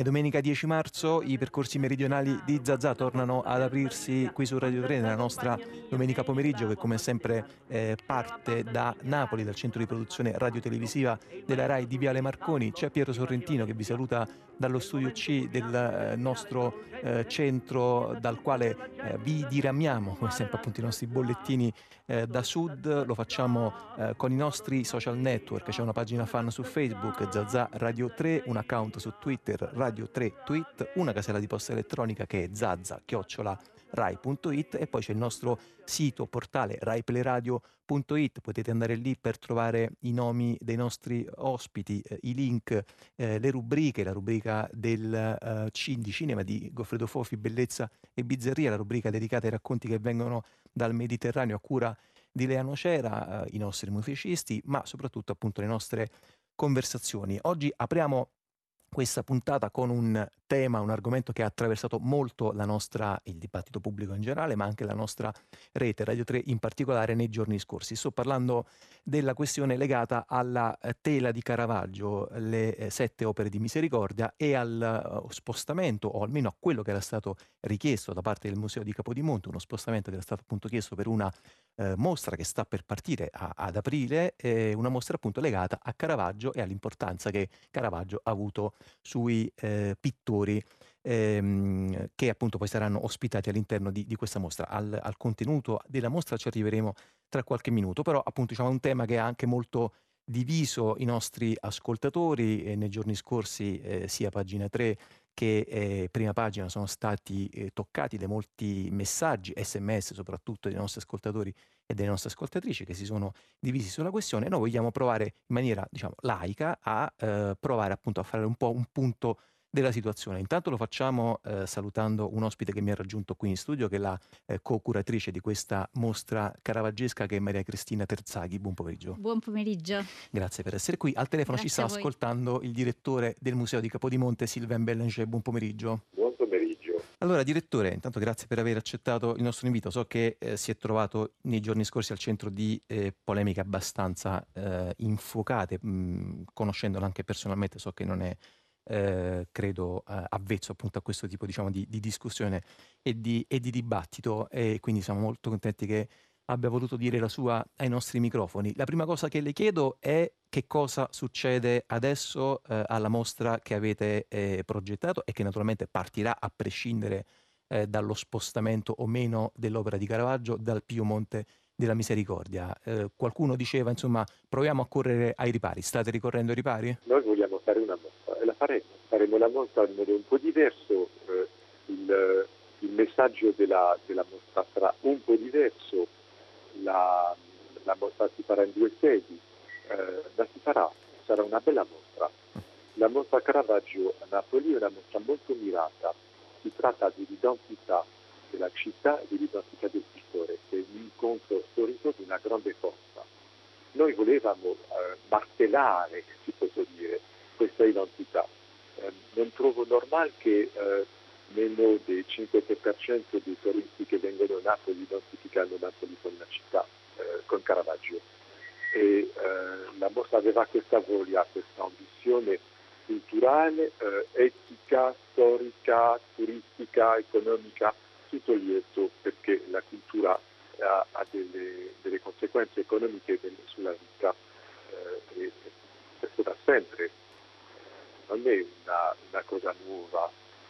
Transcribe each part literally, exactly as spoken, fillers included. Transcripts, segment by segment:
E domenica dieci marzo i percorsi meridionali di Zazà tornano ad aprirsi qui su Radio tre nella nostra domenica pomeriggio che come sempre eh, parte da Napoli, dal centro di produzione radiotelevisiva della RAI di Viale Marconi. C'è Piero Sorrentino che vi saluta dallo studio C del eh, nostro eh, centro dal quale eh, vi diramiamo come sempre appunto i nostri bollettini eh, da sud. Lo facciamo eh, con i nostri social network. C'è una pagina fan su Facebook, Zazà Radio tre, un account su Twitter, Radio tre Tweet, una casella di posta elettronica che è zazza chiocciola rai punto it e poi c'è il nostro sito portale rai play radio punto it. Potete andare lì per trovare i nomi dei nostri ospiti, eh, i link, eh, le rubriche, la rubrica del eh, C- di cinema di Goffredo Fofi, Bellezza e Bizzarria, la rubrica dedicata ai racconti che vengono dal Mediterraneo a cura di Lea Nocera, eh, i nostri musicisti, ma soprattutto appunto le nostre conversazioni. Oggi apriamo questa puntata con un tema, un argomento che ha attraversato molto la nostra, il dibattito pubblico in generale, ma anche la nostra rete, Radio tre in particolare, nei giorni scorsi. Sto parlando della questione legata alla eh, tela di Caravaggio, le eh, sette opere di misericordia e al eh, spostamento, o almeno a quello che era stato richiesto da parte del Museo di Capodimonte, uno spostamento che era stato appunto chiesto per una eh, mostra che sta per partire a- ad aprile, eh, una mostra appunto legata a Caravaggio e all'importanza che Caravaggio ha avuto sui eh, pittori ehm, che appunto poi saranno ospitati all'interno di, di questa mostra. Al, al contenuto della mostra ci arriveremo tra qualche minuto, però appunto diciamo è un tema che ha anche molto diviso i nostri ascoltatori e nei giorni scorsi eh, sia pagina tre che eh, prima pagina sono stati eh, toccati da molti messaggi, sms soprattutto dei nostri ascoltatori e delle nostre ascoltatrici che si sono divisi sulla questione. Noi vogliamo provare in maniera, diciamo, laica a eh, provare appunto a fare un po' un punto della situazione. Intanto lo facciamo eh, salutando un ospite che mi ha raggiunto qui in studio, che è la eh, co-curatrice di questa mostra caravaggesca, che è Maria Cristina Terzaghi. Buon pomeriggio. Buon pomeriggio. Grazie per essere qui. Al telefono ci sta Grazie a voi. ascoltando il direttore del Museo di Capodimonte, Sylvain Bellanger. Buon pomeriggio. Buon pomeriggio. Allora, direttore, intanto grazie per aver accettato il nostro invito. So che eh, si è trovato nei giorni scorsi al centro di eh, polemiche abbastanza eh, infuocate, mh, conoscendolo anche personalmente, so che non è, eh, credo, eh, avvezzo appunto a questo tipo, diciamo, di, di discussione e di, e di dibattito, e quindi siamo molto contenti che abbia voluto dire la sua ai nostri microfoni. La prima cosa che le chiedo è che cosa succede adesso eh, alla mostra che avete eh, progettato e che naturalmente partirà a prescindere eh, dallo spostamento o meno dell'opera di Caravaggio dal Pio Monte della Misericordia. Eh, qualcuno diceva, insomma, proviamo a correre ai ripari. State ricorrendo ai ripari? Noi vogliamo fare una mostra e la faremo. Faremo la mostra in modo un po' diverso. Eh, il, il messaggio della, della mostra sarà un po' diverso. La, la mostra si farà in due sedi, eh, ma si farà, sarà una bella mostra. La mostra Caravaggio a Napoli è una mostra molto mirata. Si tratta dell'identità della città e dell'identità del pittore, che è un incontro storico di una grande forza. Noi volevamo eh, martellare, si può dire, questa identità. Eh, non trovo normale che eh, meno del cinque per cento dei turisti che vengono a Napoli identificano Napoli con una città, eh, con Caravaggio. E eh, la mostra aveva questa voglia, questa ambizione culturale, eh, etica, storica, turistica, economica, tutto lieto, perché la cultura ha, ha delle, delle conseguenze economiche sulla vita eh, e questo da sempre. Non è una, una cosa nuova.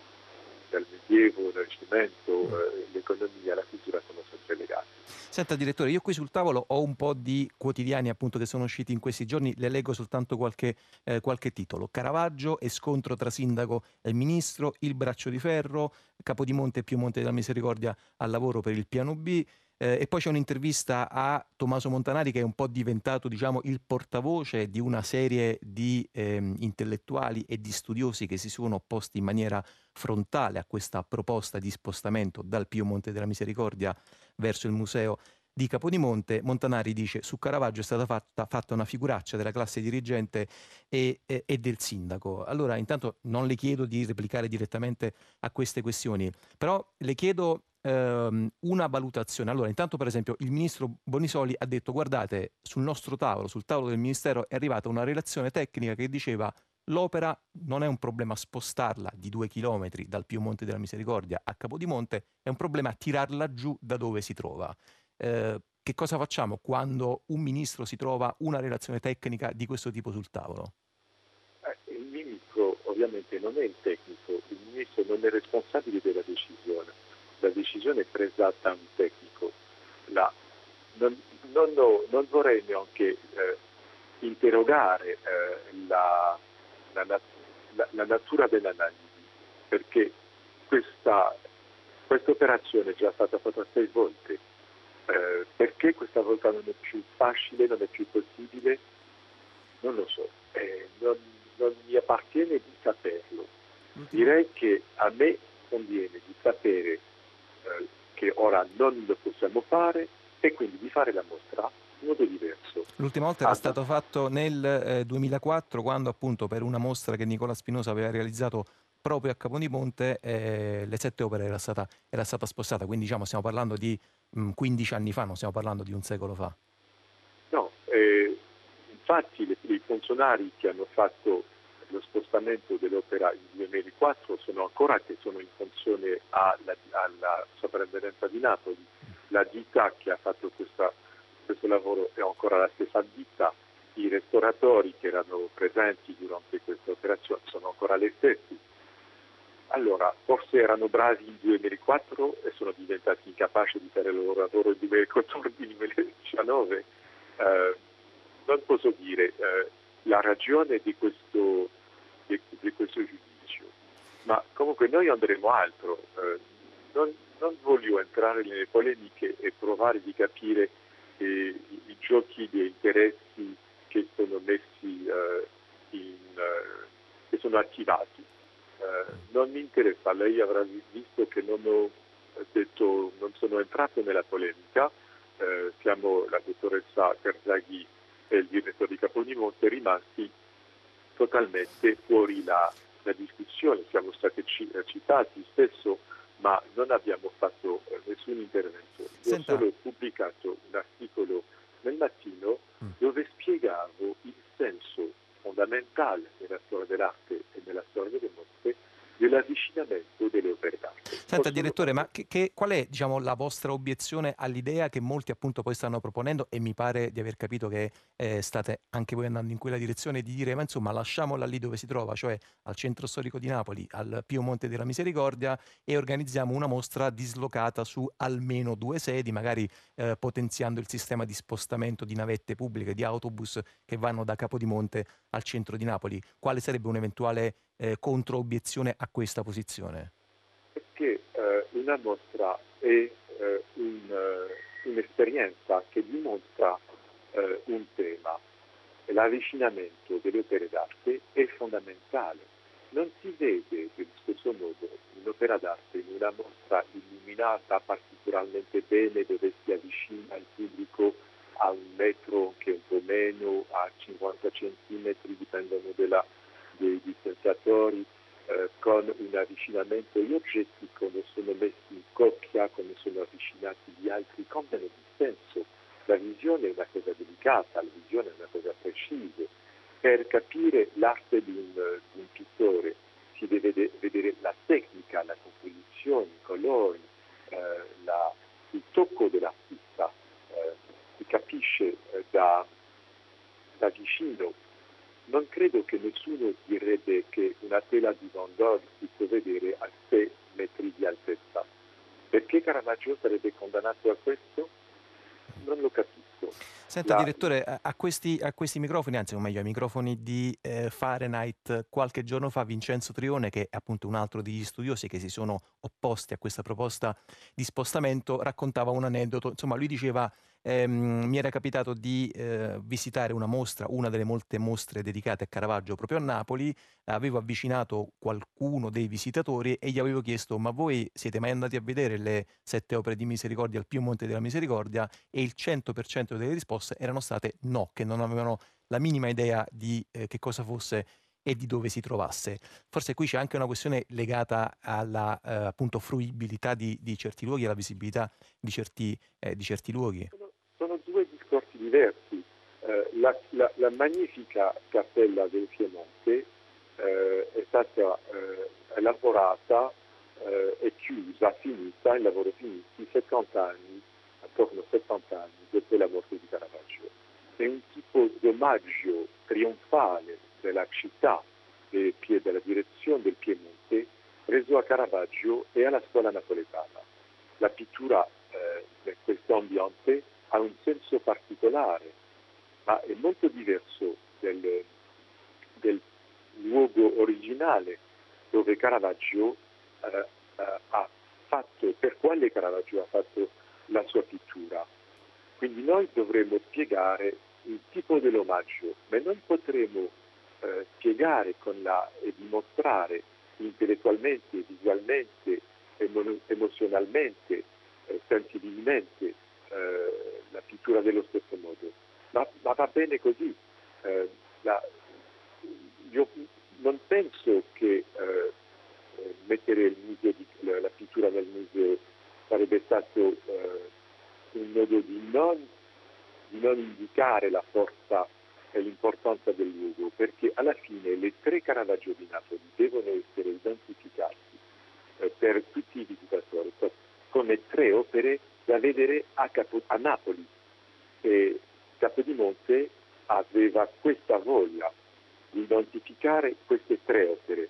Dal Medioevo, dal Rinascimento, eh, l'economia e la cultura sono sempre legate. Senta direttore, io qui sul tavolo ho un po' di quotidiani appunto che sono usciti in questi giorni, le leggo soltanto qualche, eh, qualche titolo. Caravaggio e scontro tra sindaco e ministro, il braccio di ferro, Capodimonte e Pio Monte della Misericordia al lavoro per il piano B. Eh, e poi c'è un'intervista a Tommaso Montanari che è un po' diventato, diciamo, il portavoce di una serie di ehm, intellettuali e di studiosi che si sono opposti in maniera frontale a questa proposta di spostamento dal Pio Monte della Misericordia verso il museo di Capodimonte. Montanari dice: su Caravaggio è stata fatta, fatta una figuraccia della classe dirigente e, e, e del sindaco. Allora, intanto non le chiedo di replicare direttamente a queste questioni, però le chiedo ehm, una valutazione. Allora, intanto, per esempio, il ministro Bonisoli ha detto: guardate, sul nostro tavolo, sul tavolo del ministero è arrivata una relazione tecnica che diceva l'opera non è un problema spostarla di due chilometri dal Piemonte della Misericordia a Capodimonte, è un problema tirarla giù da dove si trova. Eh, che cosa facciamo quando un ministro si trova una relazione tecnica di questo tipo sul tavolo? Eh, il ministro ovviamente non è il tecnico, il ministro non è responsabile della decisione, la decisione è presa da un tecnico. La, non, non, ho, non vorrei neanche eh, interrogare eh, la, la, la, la natura dell'analisi, perché questa, questa operazione è già stata fatta sei volte. Eh, perché questa volta non è più facile, non è più possibile? Non lo so, eh, non, non mi appartiene di saperlo. L'ultima... Direi che a me conviene di sapere eh, che ora non lo possiamo fare e quindi di fare la mostra in modo diverso. L'ultima volta era Ad, stato fatto nel eh, duemilaquattro, quando appunto per una mostra che Nicola Spinosa aveva realizzato proprio a Capodimonte, eh, le sette opere era stata, era stata spostata, quindi diciamo stiamo parlando di mh, quindici anni fa, non stiamo parlando di un secolo fa. no, eh, infatti le, i funzionari che hanno fatto lo spostamento dell'opera in duemilaquattro sono ancora che sono in funzione alla, alla soprintendenza di Napoli. La ditta che ha fatto questa, questo lavoro è ancora la stessa ditta, i restauratori che erano presenti durante questa operazione sono ancora gli stessi. Allora, forse erano bravi in duemilaquattro e sono diventati incapaci di fare il loro lavoro nel duemilaquattordici-duemiladiciannove. Eh, non posso dire eh, la ragione di questo, di, di questo giudizio, ma comunque noi andremo altro. Eh, non, non voglio entrare nelle polemiche e provare di capire eh, i, i giochi di interessi che sono messi eh, in, eh, che sono attivati. Eh, non mi interessa, lei avrà visto che non ho detto, non sono entrato nella polemica, eh, siamo la dottoressa Garzaghi e il direttore di Capodimonte rimasti totalmente fuori la, la discussione, siamo stati citati spesso ma non abbiamo fatto eh, nessun intervento. Io Senta, solo ho pubblicato un articolo nel mattino mm. dove spiegavo il senso fondamentale nella storia dell'arte e nella storia delle mostre dell'avvicinamento delle opere d'arte. Senta direttore, ma che, che, qual è diciamo, la vostra obiezione all'idea che molti appunto poi stanno proponendo, e mi pare di aver capito che eh, state anche voi andando in quella direzione, di dire ma insomma lasciamola lì dove si trova, cioè al centro storico di Napoli, al Piemonte della Misericordia, e organizziamo una mostra dislocata su almeno due sedi, magari eh, potenziando il sistema di spostamento di navette pubbliche, di autobus che vanno da Capodimonte al centro di Napoli. Quale sarebbe un'eventuale eh, controobiezione a questa posizione? Perché eh, una mostra è eh, un, uh, un'esperienza che dimostra eh, un tema. L'avvicinamento delle opere d'arte è fondamentale. Non si vede dello stesso modo un'opera d'arte in una mostra illuminata particolarmente bene, dove si avvicina il pubblico a un metro, che un po' meno, a cinquanta centimetri, dipendono della, dei distanziatori, eh, con un avvicinamento. Gli oggetti come sono messi in coppia, come sono avvicinati gli altri, cambiano di senso. La visione è una cosa delicata, la visione è una cosa precisa. Per capire l'arte di un, di un pittore si deve de- vedere la tecnica, la composizione, i colori, eh, la, il tocco dell'artista. Eh, si capisce eh, da, da vicino. Non credo che nessuno direbbe che una tela di Van Gogh si può vedere a sei metri di altezza. Perché Caravaggio sarebbe condannato a questo? Non lo capisco. Senta La, direttore, a, a, questi, a questi microfoni, anzi o meglio ai microfoni di eh, Fahrenheit, qualche giorno fa Vincenzo Trione, che è appunto un altro degli studiosi che si sono opposti a questa proposta di spostamento, raccontava un aneddoto. Insomma, lui diceva ehm, mi era capitato di eh, visitare una mostra, una delle molte mostre dedicate a Caravaggio proprio a Napoli, avevo avvicinato qualcuno dei visitatori e gli avevo chiesto ma voi siete mai andati a vedere le sette opere di Misericordia al Piemonte della Misericordia? E il cento per cento delle risposte erano state no, che non avevano la minima idea di eh, che cosa fosse e di dove si trovasse. Forse qui c'è anche una questione legata alla eh, appunto fruibilità di, di certi luoghi, alla visibilità di certi, eh, di certi luoghi. sono, sono due discorsi diversi. Eh, la, la, la magnifica cappella del Piemonte eh, è stata eh, elaborata eh, e chiusa, finita, il lavoro finito, settanta anni, attorno a settanta anni dopo la morte di Caravaggio. È un tipo di omaggio trionfale della città e della direzione del Piemonte reso a Caravaggio e alla scuola napoletana. La pittura eh, in questo ambiente ha un senso particolare, ma è molto diverso del, del luogo originale dove Caravaggio eh, eh, ha fatto, per quale Caravaggio ha fatto la sua pittura. Quindi noi dovremmo spiegare il tipo dell'omaggio, ma non potremo eh, spiegare con la, e dimostrare intellettualmente, visualmente, emo- emozionalmente, eh, sensibilmente eh, la pittura dello stesso modo. Ma, ma va bene così. Eh, la, io non penso che eh, mettere il museo di, la, la pittura nel museo sarebbe stato eh, un modo di non, di non indicare la forza e l'importanza del luogo, perché alla fine le tre Caravaggio di Napoli devono essere identificate eh, per tutti i visitatori come tre opere da vedere a, Capo, a Napoli. E Capodimonte aveva questa voglia di identificare queste tre opere.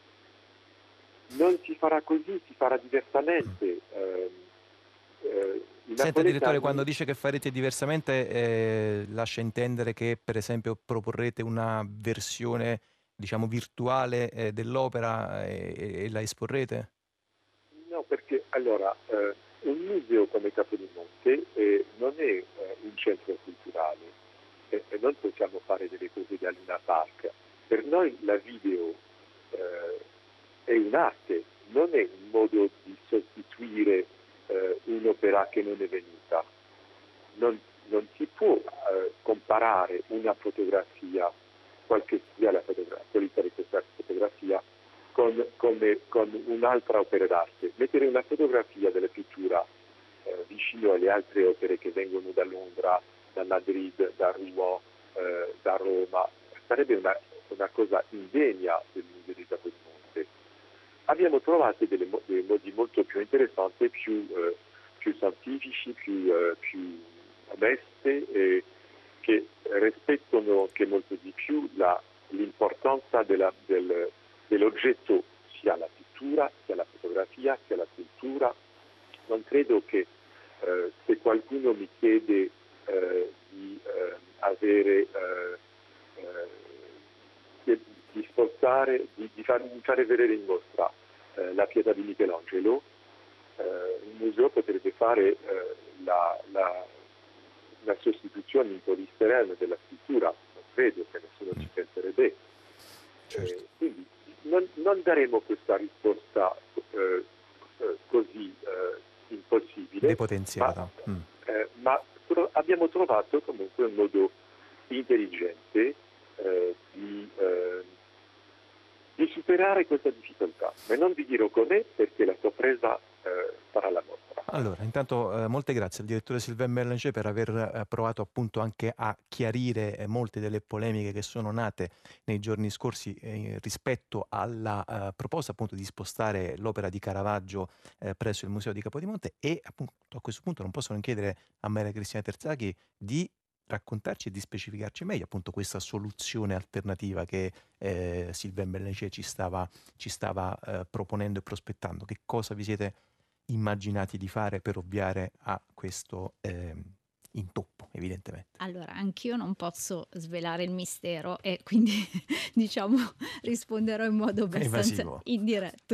Non si farà così, si farà diversamente. Eh, eh, Senta, direttore, quando dice che farete diversamente, eh, lascia intendere che, per esempio, proporrete una versione, diciamo, virtuale eh, dell'opera e, e la esporrete? No, perché allora eh, un museo come Capodimonte eh, non è eh, un centro culturale e, e non possiamo fare delle cose da Luna Park. Per noi la video eh, è un'arte, non è un modo di sostituire eh, un'opera che non è venuta. Non, non si può eh, comparare una fotografia, qual che sia la fotogra- qualità di questa fotografia, con, come, con un'altra opera d'arte. Mettere una fotografia della pittura eh, vicino alle altre opere che vengono da Londra, da Madrid, da Rouen, eh, da Roma, sarebbe una, una cosa indegna del Museo di Capodimonte. Abbiamo trovato delle, dei modi molto più interessanti, più, eh, più scientifici, più, eh, più oneste, eh, che rispettano anche molto di più la, l'importanza della, del, dell'oggetto, sia la pittura, sia la fotografia, sia la cultura. Non credo che eh, se qualcuno mi chiede eh, di eh, avere eh, eh, di spostare, di, di, far, di fare vedere in mostra eh, la Pietà di Michelangelo, eh, il museo potrebbe fare eh, la, la, la sostituzione in polistirene della scrittura, non credo che nessuno ci penserebbe. Certo. Eh, quindi non, non daremo questa risposta eh, eh, così eh, impossibile, Depotenziata. ma, Mm. eh, ma tro- abbiamo trovato comunque un modo intelligente eh, di, eh, di superare questa difficoltà, ma non vi dirò com'è perché la sorpresa eh, sarà la nostra. Allora, intanto eh, molte grazie al direttore Sylvain Bélanger per aver eh, provato appunto anche a chiarire eh, molte delle polemiche che sono nate nei giorni scorsi eh, rispetto alla eh, proposta appunto di spostare l'opera di Caravaggio eh, presso il Museo di Capodimonte e appunto a questo punto non posso non chiedere a Maria Cristina Terzaghi di raccontarci e di specificarci meglio appunto questa soluzione alternativa che eh, Sylvain Bélanger ci stava, ci stava eh, proponendo e prospettando. Che cosa vi siete immaginati di fare per ovviare a questo eh, intoppo, evidentemente? Allora, anch'io non posso svelare il mistero e quindi diciamo risponderò in modo abbastanza Evasivo. indiretto,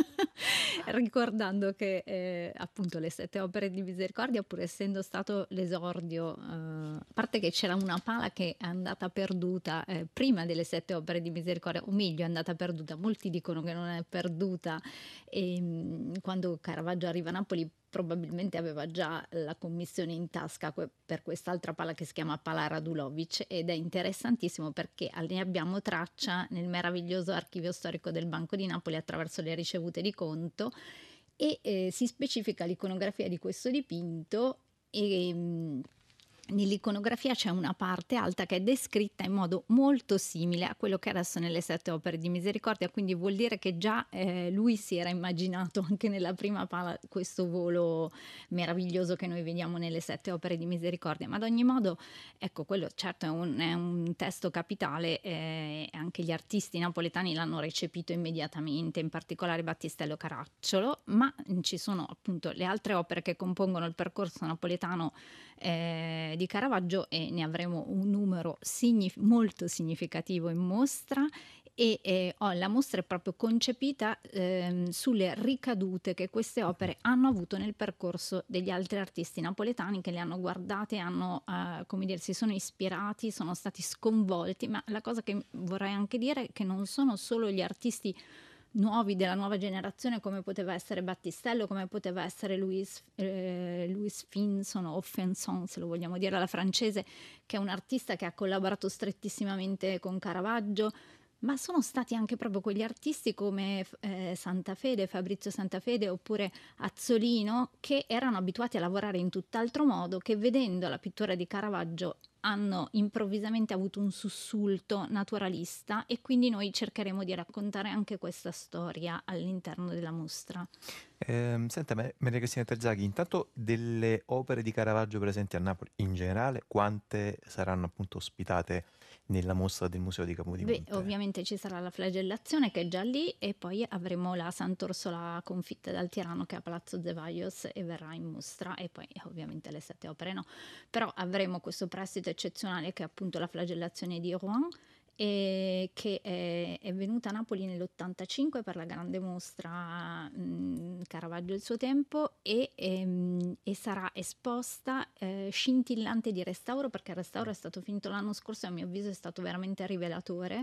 ricordando che eh, appunto le sette opere di misericordia, pur essendo stato l'esordio, eh, a parte che c'era una pala che è andata perduta eh, prima delle sette opere di misericordia, o meglio è andata perduta, molti dicono che non è perduta, e mh, quando Caravaggio arriva a Napoli probabilmente aveva già la commissione in tasca que- per quest'altra pala che si chiama Pala Radulovic, ed è interessantissimo perché ne abbiamo traccia nel meraviglioso archivio storico del Banco di Napoli attraverso le ricevute di conto, e eh, si specifica l'iconografia di questo dipinto e, mh, Nell'iconografia c'è una parte alta che è descritta in modo molto simile a quello che adesso nelle sette opere di misericordia, quindi vuol dire che già eh, lui si era immaginato anche nella prima pala questo volo meraviglioso che noi vediamo nelle sette opere di misericordia. Ma ad ogni modo, ecco, quello certo è un, è un testo capitale, eh, anche gli artisti napoletani l'hanno recepito immediatamente, in particolare Battistello Caracciolo, ma ci sono appunto le altre opere che compongono il percorso napoletano eh, di Caravaggio, e ne avremo un numero signif- molto significativo in mostra. E eh, oh, la mostra è proprio concepita ehm, sulle ricadute che queste opere hanno avuto nel percorso degli altri artisti napoletani, che le hanno guardate, hanno, eh, come dire, si sono ispirati, sono stati sconvolti. Ma la cosa che vorrei anche dire è che non sono solo gli artisti nuovi della nuova generazione, come poteva essere Battistello, come poteva essere Louis, eh, Louis Finson o Finson, se lo vogliamo dire alla francese, che è un artista che ha collaborato strettissimamente con Caravaggio, ma sono stati anche proprio quegli artisti come eh, Santafede, Fabrizio Santafede oppure Azzolino, che erano abituati a lavorare in tutt'altro modo, che vedendo la pittura di Caravaggio hanno improvvisamente avuto un sussulto naturalista, e quindi noi cercheremo di raccontare anche questa storia all'interno della mostra. Eh, senta, Maria Cristina Terzaghi, intanto delle opere di Caravaggio presenti a Napoli in generale, quante saranno appunto ospitate nella mostra del Museo di Capodimonte? Beh, ovviamente ci sarà la flagellazione, che è già lì, e poi avremo la Sant'Orsola Confitta dal Tirano, che è a Palazzo Zevaios e verrà in mostra, e poi ovviamente le sette opere no. Però avremo questo prestito eccezionale che è appunto la flagellazione di Rouen, e che è, è venuta a Napoli nell'ottantacinque per la grande mostra mh, Caravaggio e il suo tempo, e, e, e sarà esposta eh, scintillante di restauro, perché il restauro è stato finito l'anno scorso e a mio avviso è stato veramente rivelatore.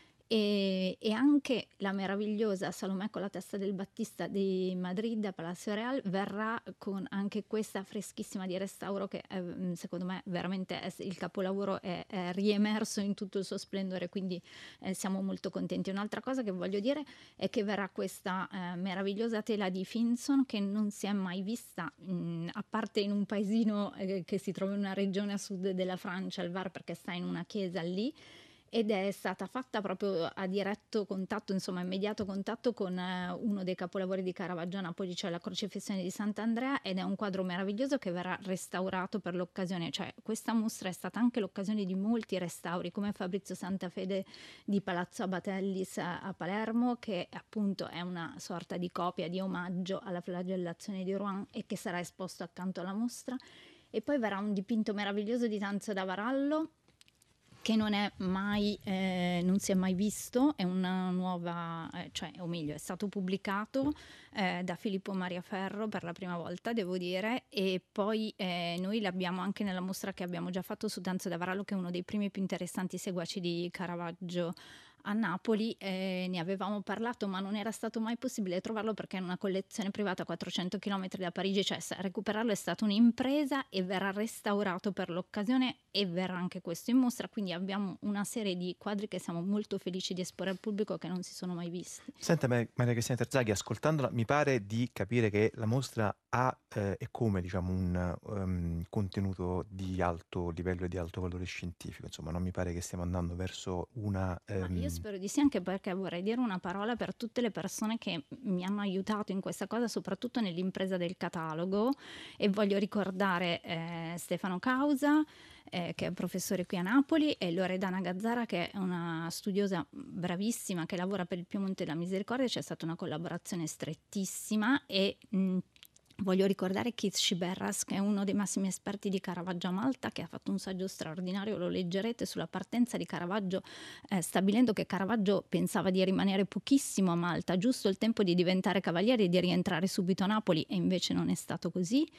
E, e anche la meravigliosa Salomè con la testa del Battista di Madrid a Palacio Real verrà con anche questa freschissima di restauro, che è, secondo me veramente è, il capolavoro è, è riemerso in tutto il suo splendore, quindi eh, siamo molto contenti. Un'altra cosa che voglio dire è che verrà questa eh, meravigliosa tela di Finson, che non si è mai vista mh, a parte in un paesino eh, che si trova in una regione a sud della Francia, il Var, perché sta in una chiesa lì, ed è stata fatta proprio a diretto contatto, insomma immediato contatto con eh, uno dei capolavori di Caravaggio a Napoli, cioè la Crocifissione di Sant'Andrea, ed è un quadro meraviglioso che verrà restaurato per l'occasione. Cioè questa mostra è stata anche l'occasione di molti restauri, come Fabrizio Santafede di Palazzo Abatellis a, a Palermo, che appunto è una sorta di copia, di omaggio alla flagellazione di Rouen, e che sarà esposto accanto alla mostra. E poi verrà un dipinto meraviglioso di Tanzio da Varallo, che non è mai, eh, non si è mai visto, è una nuova, eh, cioè, o meglio, è stato pubblicato eh, da Filippo Maria Ferro per la prima volta, devo dire, e poi eh, noi l'abbiamo anche nella mostra che abbiamo già fatto su Tanzio da Varallo, che è uno dei primi più interessanti seguaci di Caravaggio a Napoli. Eh, ne avevamo parlato, ma non era stato mai possibile trovarlo perché è una collezione privata a quattrocento chilometri da Parigi, cioè recuperarlo è stata un'impresa, e verrà restaurato per l'occasione e verrà anche questo in mostra, quindi abbiamo una serie di quadri che siamo molto felici di esporre al pubblico, che non si sono mai visti. Senta Maria Cristina Terzaghi, ascoltandola mi pare di capire che la mostra ha eh, e come diciamo un um, contenuto di alto livello e di alto valore scientifico, insomma non mi pare che stiamo andando verso una... Um... Io spero di sì, anche perché vorrei dire una parola per tutte le persone che mi hanno aiutato in questa cosa, soprattutto nell'impresa del catalogo, e voglio ricordare eh, Stefano Causa, eh, che è professore qui a Napoli, e Loredana Gazzara, che è una studiosa bravissima che lavora per il Piemonte della Misericordia. C'è stata una collaborazione strettissima, e mh, voglio ricordare Keith Shiberras, che è uno dei massimi esperti di Caravaggio a Malta, che ha fatto un saggio straordinario, lo leggerete, sulla partenza di Caravaggio, eh, stabilendo che Caravaggio pensava di rimanere pochissimo a Malta, giusto il tempo di diventare cavaliere e di rientrare subito a Napoli, e invece non è stato così.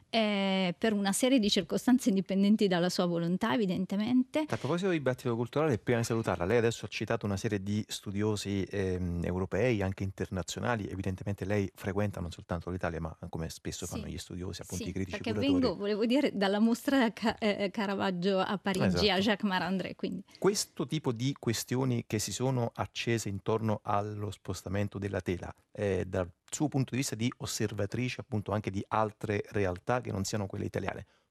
Eh, per una serie di circostanze indipendenti dalla sua volontà, evidentemente. A proposito di dibattito culturale, prima di salutarla, lei adesso ha citato una serie di studiosi ehm, europei, anche internazionali. Evidentemente lei frequenta non soltanto l'Italia, ma come spesso Sì, fanno gli studiosi, appunto sì, i critici perché curatori. vengo, volevo dire, dalla mostra Ca- eh, Caravaggio a Parigi, Esatto. a Jacques Marandré. Quindi. Questo tipo di questioni che si sono accese intorno allo spostamento della tela, eh, dal suo punto di vista di osservatrice appunto anche di altre realtà che non siano quelle italiane,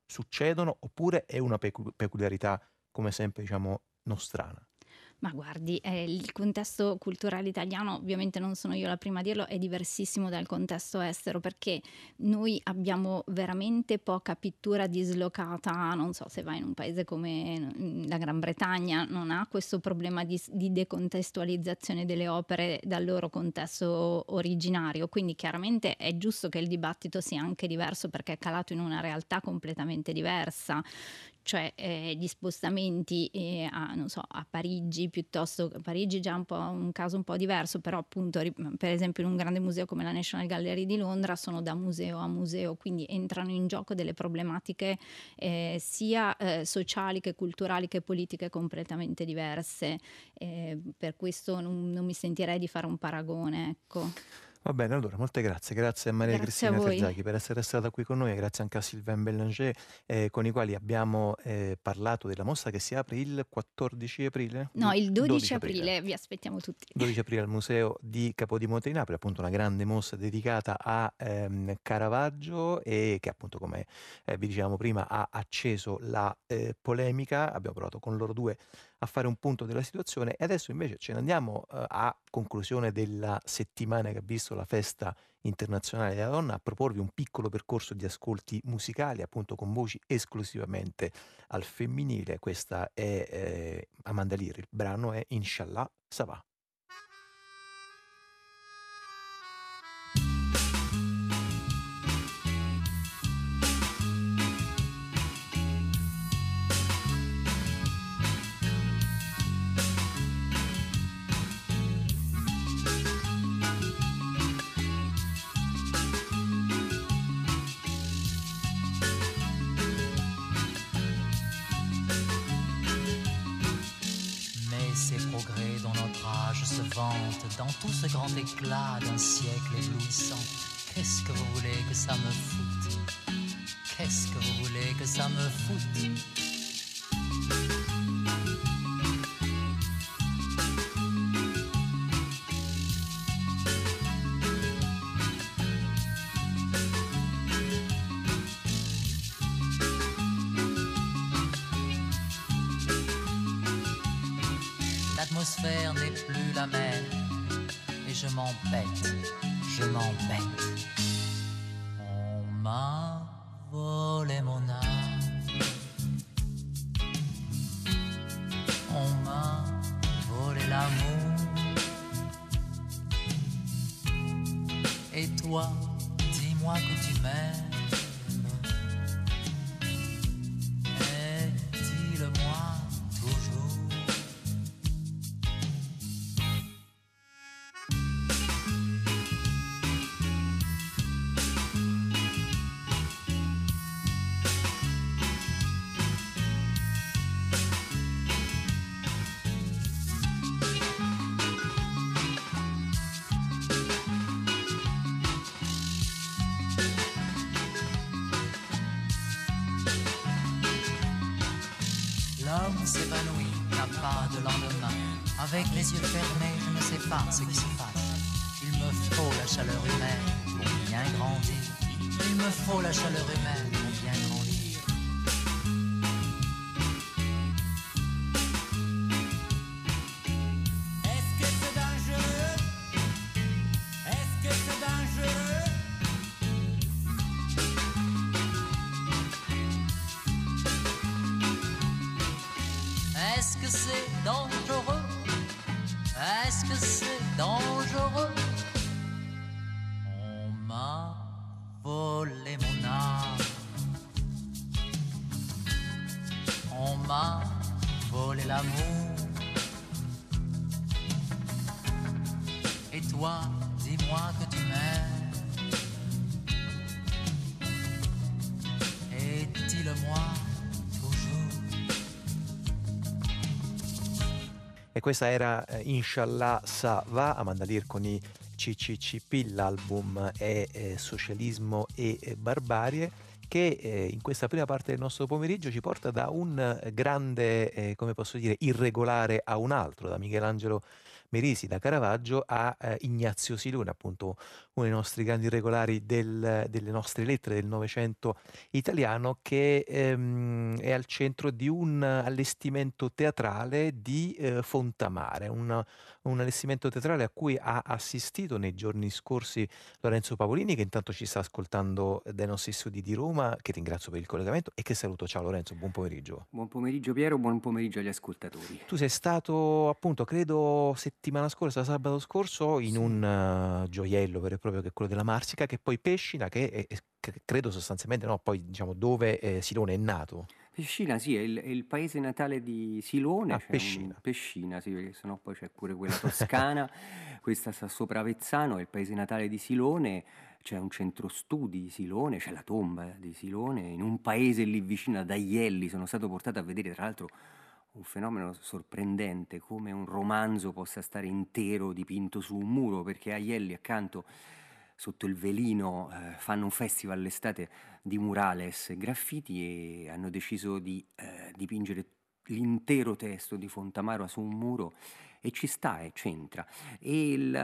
succedono oppure è una pecu- peculiarità, come sempre, diciamo, nostrana? Ma guardi, eh, il contesto culturale italiano, ovviamente non sono io la prima a dirlo, è diversissimo dal contesto estero, perché noi abbiamo veramente poca pittura dislocata. Non so, se vai in un paese come mm, la Gran Bretagna, non ha questo problema di, s- di decontestualizzazione delle opere dal loro contesto originario, quindi chiaramente è giusto che il dibattito sia anche diverso perché è calato in una realtà completamente diversa. Cioè, eh, gli spostamenti eh, a, non so, a Parigi, piuttosto Parigi è già un po' un caso un po' diverso, però appunto ri- per esempio in un grande museo come la National Gallery di Londra sono da museo a museo, quindi entrano in gioco delle problematiche eh, sia eh, sociali che culturali che politiche completamente diverse. Eh, per questo non, non mi sentirei di fare un paragone, ecco. Va bene, allora, molte grazie. Grazie a Maria Grazie a Cristina voi. Terzaghi per essere stata qui con noi e grazie anche a Sylvain Bellanger, eh, con i quali abbiamo eh, parlato della mostra che si apre il quattordici aprile? No, Du- il dodici dodici aprile. aprile vi aspettiamo tutti. dodici aprile al Museo di Capodimonte di Napoli, appunto una grande mostra dedicata a ehm, Caravaggio e che appunto, come eh, vi dicevamo prima, ha acceso la eh, polemica. Abbiamo provato con loro due a fare un punto della situazione e adesso invece ce ne andiamo eh, a conclusione della settimana che ha visto la festa internazionale della donna a proporvi un piccolo percorso di ascolti musicali appunto con voci esclusivamente al femminile. Questa è eh, Amanda Lear, il brano è Inshallah Ça va. Mais ces progrès dont notre âge se vante, dans tout ce grand éclat d'un siècle éblouissant, qu'est-ce que vous voulez que ça me foute? Qu'est-ce que vous voulez que ça me foute? L'atmosphère n'est plus la même et je m'embête, je m'embête. On m'a volé mon âme, on m'a volé l'amour. Et toi, dis-moi que tu m'aimes, et dis-le-moi toujours. L'homme s'évanouit, n'a pas de lendemain. Avec les yeux fermés, je ne sais pas ce qui se passe. Il me faut la chaleur humaine pour bien grandir. Il me faut la chaleur humaine pour bien grandir. Est-ce que c'est dangereux? Est-ce que c'est dangereux? Est-ce que c'est dangereux? Est-ce que c'est dangereux? On m'a volé mon âme, on m'a volé l'amour. Et toi, dis-moi que tu m'aimes, et dis-le-moi toujours. E questa era eh, Inshallah Ça va, Amanda Lear con i C C C P, l'album è eh, Socialismo e eh, Barbarie, che eh, in questa prima parte del nostro pomeriggio ci porta da un eh, grande, eh, come posso dire, irregolare a un altro, da Michelangelo Merisi da Caravaggio a eh, Ignazio Silone, appunto uno dei nostri grandi regolari del- delle nostre lettere del Novecento italiano, che ehm, è al centro di un allestimento teatrale di eh, Fontamara, un, un allestimento teatrale a cui ha assistito nei giorni scorsi Lorenzo Pavolini, che intanto ci sta ascoltando dai nostri studi di Roma, che ringrazio per il collegamento e che saluto. Ciao Lorenzo, buon pomeriggio. Buon pomeriggio Piero, buon pomeriggio agli ascoltatori. Tu sei stato appunto, credo settimana scorsa, sabato scorso, in Sì. un eh, gioiello vero e proprio che è quello della Marsica, che è poi Pescina, che è, è- che credo sostanzialmente, no, poi diciamo dove eh, Silone è nato. Pescina, sì, è il, è il paese natale di Silone, Ah, c'è un- Pescina. Pescina, sì, perché sennò poi c'è pure quella toscana, questa sta sopra Avezzano, è il paese natale di Silone, c'è un centro studi di Silone, c'è la tomba di Silone, in un paese lì vicino ad Aielli, sono stato portato a vedere tra l'altro un fenomeno sorprendente, come un romanzo possa stare intero dipinto su un muro, perché Aielli accanto, sotto il velino, eh, fanno un festival l'estate di murales e graffiti e hanno deciso di eh, dipingere l'intero testo di Fontamara su un muro e ci sta e c'entra. E il, eh,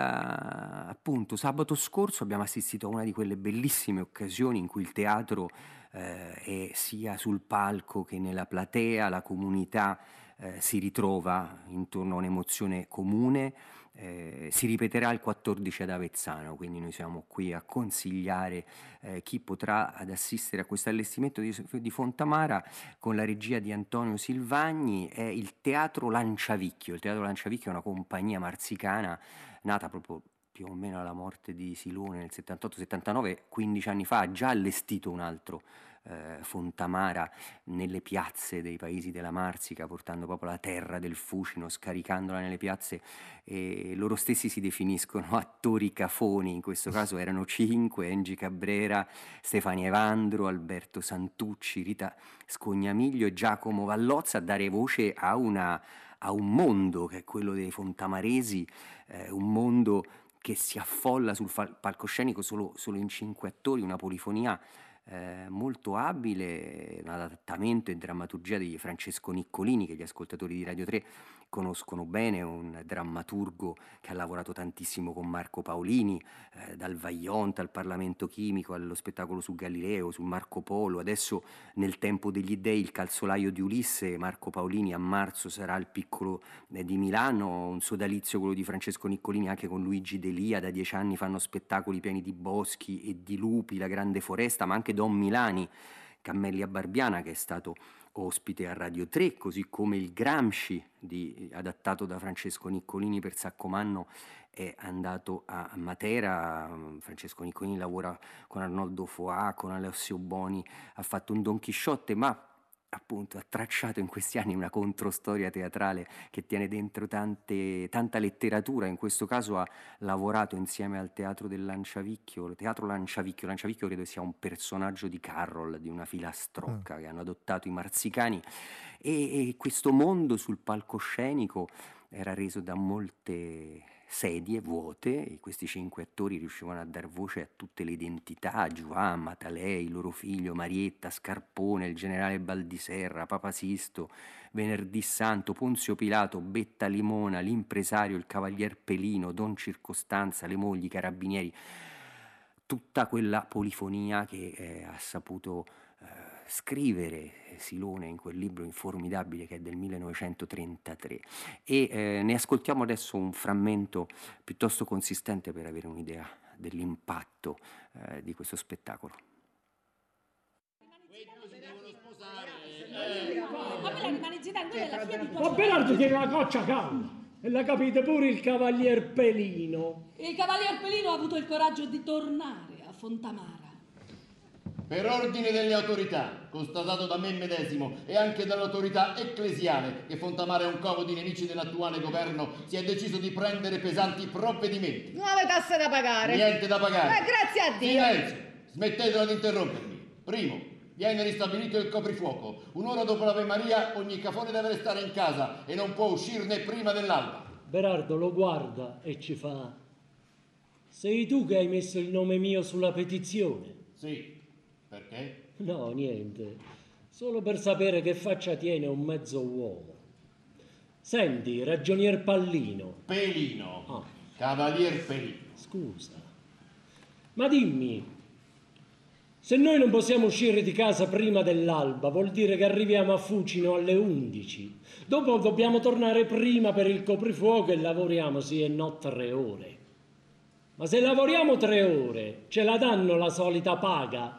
appunto sabato scorso abbiamo assistito a una di quelle bellissime occasioni in cui il teatro eh, è sia sul palco che nella platea, la comunità eh, si ritrova intorno a un'emozione comune. Eh, si ripeterà il quattordici ad Avezzano, quindi noi siamo qui a consigliare eh, chi potrà ad assistere a questo allestimento di, di Fontamara con la regia di Antonio Silvagni. È il Teatro Lanciavicchio. Il Teatro Lanciavicchio è una compagnia marsicana nata proprio più o meno alla morte di Silone nel settantotto settantanove, quindici anni fa, ha già allestito un altro eh, Fontamara nelle piazze dei paesi della Marsica, portando proprio la terra del fucino, scaricandola nelle piazze, e loro stessi si definiscono attori cafoni. In questo caso erano cinque: Engi Cabrera, Stefania Evandro, Alberto Santucci, Rita Scognamiglio e Giacomo Vallozza, a dare voce a, una, a un mondo che è quello dei fontamaresi, eh, un mondo che si affolla sul fal- palcoscenico solo, solo in cinque attori, una polifonia eh, molto abile, un adattamento e drammaturgia di Francesco Niccolini, che gli ascoltatori di Radio tre conoscono bene, un drammaturgo che ha lavorato tantissimo con Marco Paolini, eh, dal Vaillant al Parlamento Chimico, allo spettacolo su Galileo, su Marco Polo. Adesso nel Tempo degli Dei, il calzolaio di Ulisse, Marco Paolini a marzo sarà al Piccolo eh, di Milano, un sodalizio quello di Francesco Niccolini anche con Luigi Delia. Da dieci anni fanno spettacoli pieni di boschi e di lupi, La Grande Foresta, ma anche Don Milani, Cammellia Barbiana, che è stato ospite a Radio tre, così come il Gramsci di, adattato da Francesco Niccolini per Saccomanno, è andato a Matera. Francesco Niccolini lavora con Arnoldo Foà, con Alessio Boni, ha fatto un Don Chisciotte, ma appunto ha tracciato in questi anni una controstoria teatrale che tiene dentro tante, tanta letteratura. In questo caso ha lavorato insieme al Teatro del Lanciavicchio, il Teatro Lanciavicchio. Lanciavicchio credo sia un personaggio di Carroll, di una filastrocca mm. che hanno adottato i marsicani, e, e questo mondo sul palcoscenico era reso da molte sedie vuote, e questi cinque attori riuscivano a dar voce a tutte le identità: Giovanni, Matalei, il loro figlio, Marietta, Scarpone, il generale Baldiserra, Papa Sisto, Venerdì Santo, Ponzio Pilato, Betta Limona, l'impresario, il cavalier Pelino, Don Circostanza, le mogli, i carabinieri, tutta quella polifonia che eh, ha saputo eh, scrivere Silone in quel libro formidabile che è del millenovecentotrentatré. E eh, ne ascoltiamo adesso un frammento piuttosto consistente per avere un'idea dell'impatto eh, di questo spettacolo. Ma Berardo tiene la coccia calda, e l'ha capito pure il cavalier Pelino. Il cavalier Pelino ha avuto il coraggio di tornare a Fontamara. Per ordine delle autorità, constatato da me medesimo e anche dall'autorità ecclesiale che Fontamara è un covo di nemici dell'attuale governo, si è deciso di prendere pesanti provvedimenti. Nuove tasse da pagare. Niente da pagare. Eh, grazie a Dio. Silenzio! Smettetela di interrompermi. Primo, viene ristabilito il coprifuoco. Un'ora dopo l'Ave Maria ogni cafone deve restare in casa e non può uscirne prima dell'alba. Berardo lo guarda e ci fa: sei tu che hai messo il nome mio sulla petizione? Sì. Perché? No, niente. Solo per sapere che faccia tiene un mezzo uomo. Senti, ragionier Pallino. Pelino. Ah. Cavalier Pelino. Scusa. Ma dimmi, se noi non possiamo uscire di casa prima dell'alba, vuol dire che arriviamo a Fucino alle undici. Dopo dobbiamo tornare prima per il coprifuoco e lavoriamo sì e no tre ore. Ma se lavoriamo tre ore, ce la danno la solita paga?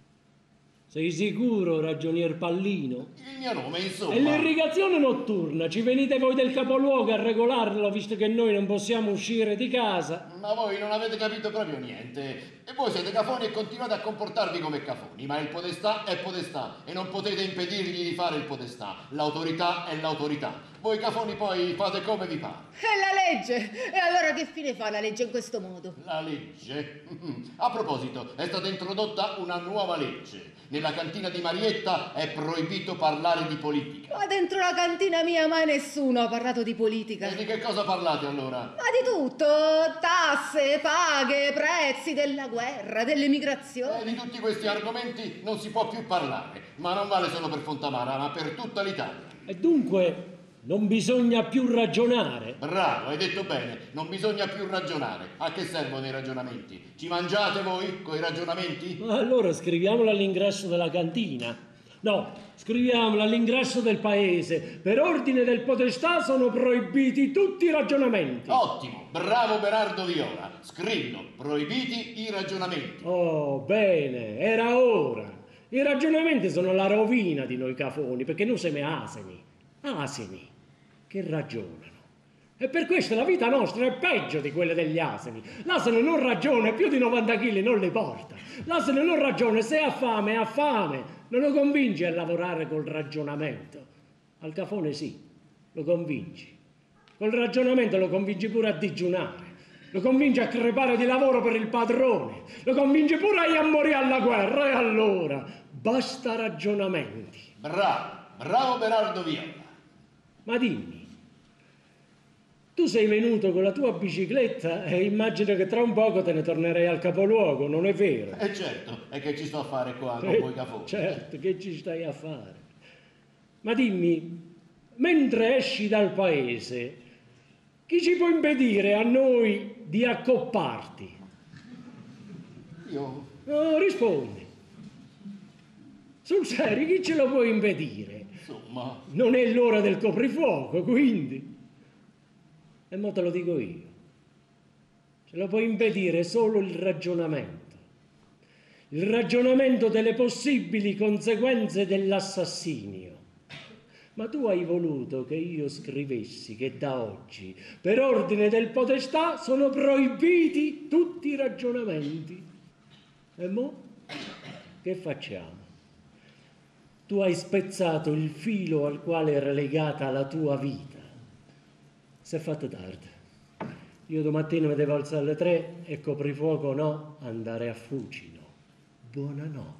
Sei sicuro, ragionier Pallino? Il mio nome, insomma. E l'irrigazione notturna, ci venite voi del capoluogo a regolarlo, visto che noi non possiamo uscire di casa? Ma voi non avete capito proprio niente. E voi siete cafoni e continuate a comportarvi come cafoni. Ma il podestà è podestà e non potete impedirgli di fare il podestà. L'autorità è l'autorità. Voi cafoni poi fate come vi pare. È la legge! E allora che fine fa la legge in questo modo? La legge? A proposito, è stata introdotta una nuova legge. Nella cantina di Marietta è proibito parlare di politica. Ma dentro la cantina mia mai nessuno ha parlato di politica. E di che cosa parlate allora? Ma di tutto, tasse, paghe, prezzi, della guerra, dell'emigrazione. E di tutti questi argomenti non si può più parlare, ma non vale solo per Fontamara, ma per tutta l'Italia. E dunque non bisogna più ragionare. Bravo, hai detto bene, non bisogna più ragionare. A che servono i ragionamenti? Ci mangiate voi coi ragionamenti? Ma allora scriviamolo all'ingresso della cantina. No, scriviamolo all'ingresso del paese. Per ordine del podestà sono proibiti tutti i ragionamenti. Ottimo, bravo Berardo Viola. Scrivilo, proibiti i ragionamenti. Oh, bene, era ora. I ragionamenti sono la rovina di noi cafoni, perché noi siamo asini. Asini che ragionano. E per questo la vita nostra è peggio di quella degli asini. L'asino non ragiona e più di novanta chili non li porta. L'asino non ragiona, se ha fame, ha fame. Non lo convinci a lavorare col ragionamento. Al cafone sì, lo convinci. Col ragionamento lo convinci pure a digiunare. Lo convinci a crepare di lavoro per il padrone. Lo convinci pure a morire alla guerra. E allora, basta ragionamenti. Bravo, bravo Berardo Viola. Ma dimmi, tu sei venuto con la tua bicicletta e immagino che tra un poco te ne tornerai al capoluogo, non è vero? Eh certo, e che ci sto a fare qua con Eh, voi cafoni? Certo, che ci stai a fare? Ma dimmi, mentre esci dal paese, chi ci può impedire a noi di accopparti? Io? No, rispondi. Sul serio, chi ce lo può impedire? Insomma... Non è l'ora del coprifuoco, quindi. E mo te lo dico io. Ce lo può impedire solo il ragionamento. Il ragionamento delle possibili conseguenze dell'assassinio. Ma tu hai voluto che io scrivessi che da oggi, per ordine del podestà, sono proibiti tutti i ragionamenti. E mo? Che facciamo? Tu hai spezzato il filo al quale era legata la tua vita. Si è fatto tardi. Io domattina mi devo alzare alle tre e coprifuoco no, andare a Fucino. Buonanotte.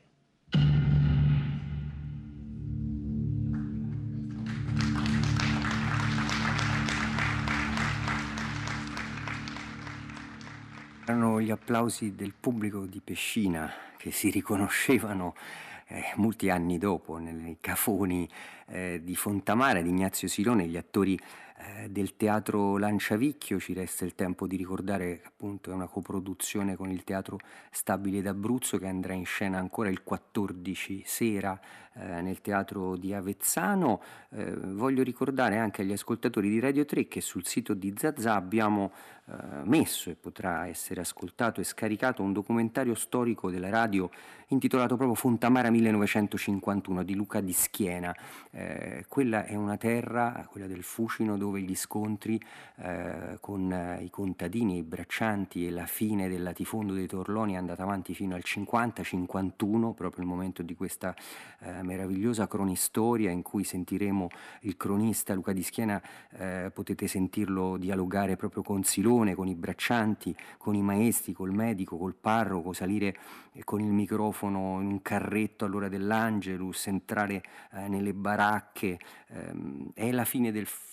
Erano gli applausi del pubblico di Pescina che si riconoscevano Eh, molti anni dopo nei cafoni eh, di Fontamara, di Ignazio Silone, gli attori eh, del Teatro Lanciavicchio. Ci resta il tempo di ricordare che appunto è una coproduzione con il Teatro Stabile d'Abruzzo che andrà in scena ancora il quattordici sera eh, nel Teatro di Avezzano. Eh, voglio ricordare anche agli ascoltatori di Radio tre che sul sito di Zazà abbiamo eh, messo e potrà essere ascoltato e scaricato un documentario storico della radio intitolato proprio Fontamara millenovecentocinquantuno di Luca Di Schiena. Eh, quella è una terra, quella del Fucino, dove gli scontri eh, con eh, i contadini e i braccianti e la fine del latifondo dei Torloni è andata avanti fino al cinquanta cinquantuno, proprio il momento di questa eh, meravigliosa cronistoria in cui sentiremo il cronista Luca Di Schiena. Eh, potete sentirlo dialogare proprio con Silone, con i braccianti, con i maestri, col medico, col parroco, salire eh, con il microfono in un carretto all'ora dell'Angelus, entrare eh, nelle baracche. Ehm, è la fine del, della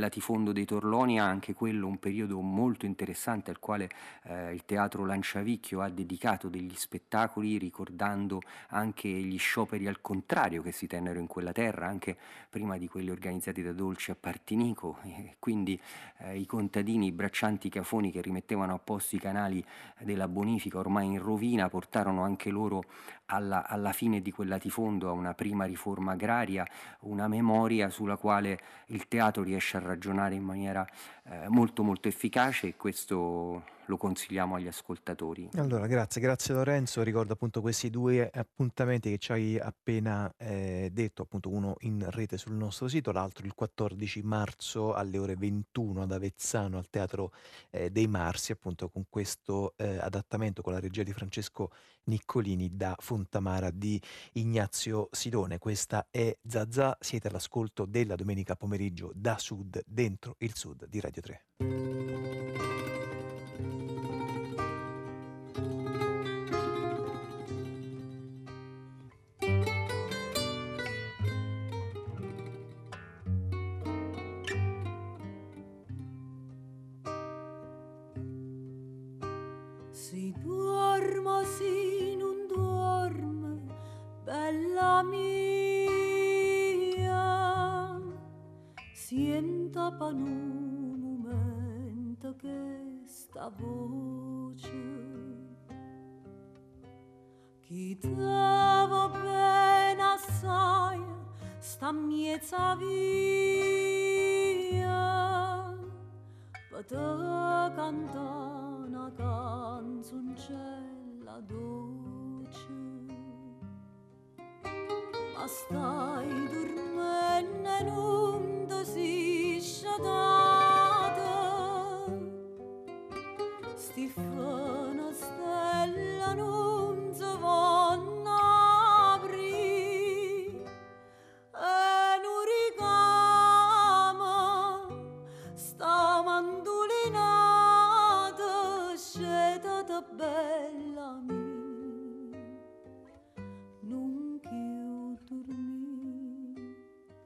latifondo dei Torlonia, anche quello un periodo molto interessante al quale eh, il Teatro Lanciavicchio ha dedicato degli spettacoli, ricordando anche gli scioperi al contrario che si tennero in quella terra, anche prima di quelli organizzati da Dolci a Partinico, e quindi eh, i contadini, i braccianti cafoni che rimettevano a posto i canali della bonifica ormai in rovina, portarono anche loro alla, alla fine di quel latifondo, a una prima riforma agraria, una memoria sulla quale il teatro riesce a ragionare in maniera eh, molto molto efficace, e questo lo consigliamo agli ascoltatori. Allora, grazie, grazie Lorenzo. Ricordo appunto questi due appuntamenti che ci hai appena eh, detto, appunto uno in rete sul nostro sito, l'altro il quattordici marzo alle ore ventuno ad Avezzano al Teatro eh, dei Marsi, appunto con questo eh, adattamento con la regia di Francesco Niccolini da Fontamara di Ignazio Silone. Questa è Zazà, siete all'ascolto della domenica pomeriggio da Sud, dentro il Sud di Radio tre. Si duerma, si non duerme, bella mia, sienta per un momento che sta voce, chi te va bene assai, sta miezza via, per te cantare una canzoncella dolce, ma stai dormendo e non ti si sciadata, sti fana stella non si vanno aprì, e non ricama sta mandolina bella mia, non più dormì.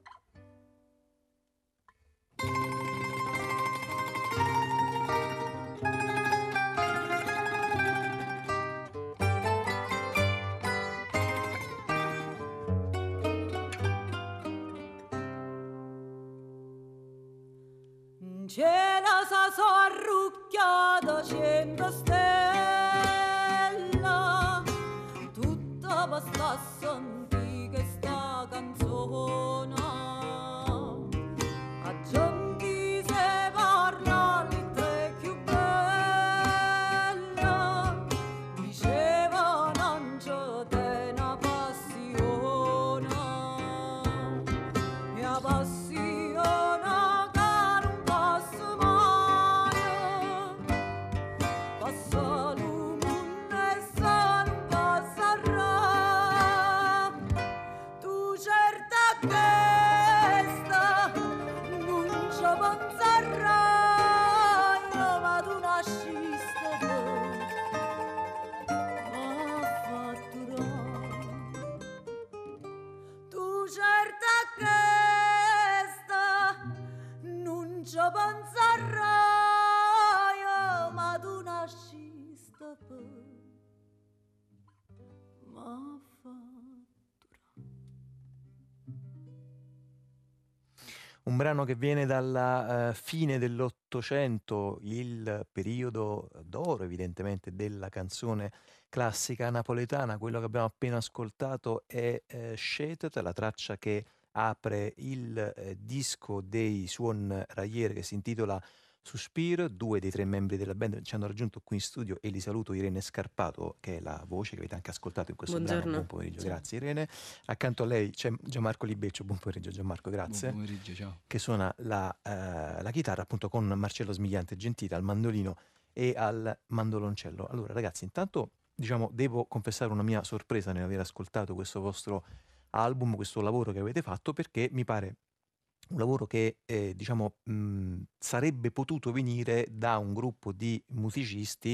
C'è la sa so arrucchiata cento stella, tutta basta sentì che sta canzone, a gente se parla di te più bella, diceva non c'è te una passione, mia passione. Un brano che viene dalla uh, fine dell'Ottocento, il periodo d'oro evidentemente della canzone classica napoletana. Quello che abbiamo appena ascoltato è uh, Scetet, la traccia che apre il uh, disco dei Suon Raier, che si intitola Suspiro. Due dei tre membri della band ci hanno raggiunto qui in studio e li saluto. Irene Scarpato, che è la voce che avete anche ascoltato in questo Buongiorno. brano. Buon pomeriggio, Ciao. Grazie Irene. Accanto a lei c'è Gianmarco Libeccio. Buon pomeriggio Gianmarco, grazie. Buon pomeriggio, ciao. Che suona la, uh, la chitarra appunto con Marcello Smigliante Gentile al mandolino e al mandoloncello. Allora ragazzi, intanto diciamo devo confessare una mia sorpresa nell'aver ascoltato questo vostro album, questo lavoro che avete fatto, perché mi pare un lavoro che eh, diciamo mh, sarebbe potuto venire da un gruppo di musicisti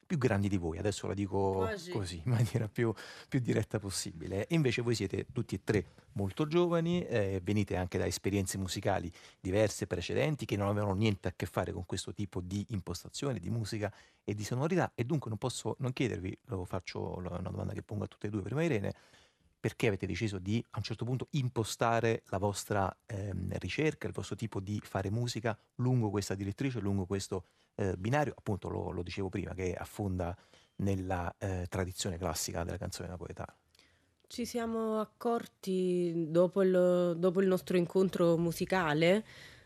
più grandi di voi, adesso la dico Quasi. così, in maniera più, più diretta possibile. E invece voi siete tutti e tre molto giovani, eh, venite anche da esperienze musicali diverse, precedenti, che non avevano niente a che fare con questo tipo di impostazione, di musica e di sonorità, e dunque non posso non chiedervi, lo faccio lo- una domanda che pongo a tutte e due, prima Irene, perché avete deciso di a un certo punto impostare la vostra ehm, ricerca, il vostro tipo di fare musica lungo questa direttrice, lungo questo eh, binario, appunto lo, lo dicevo prima, che affonda nella eh, tradizione classica della canzone napoletana. Ci siamo accorti dopo il, dopo il nostro incontro musicale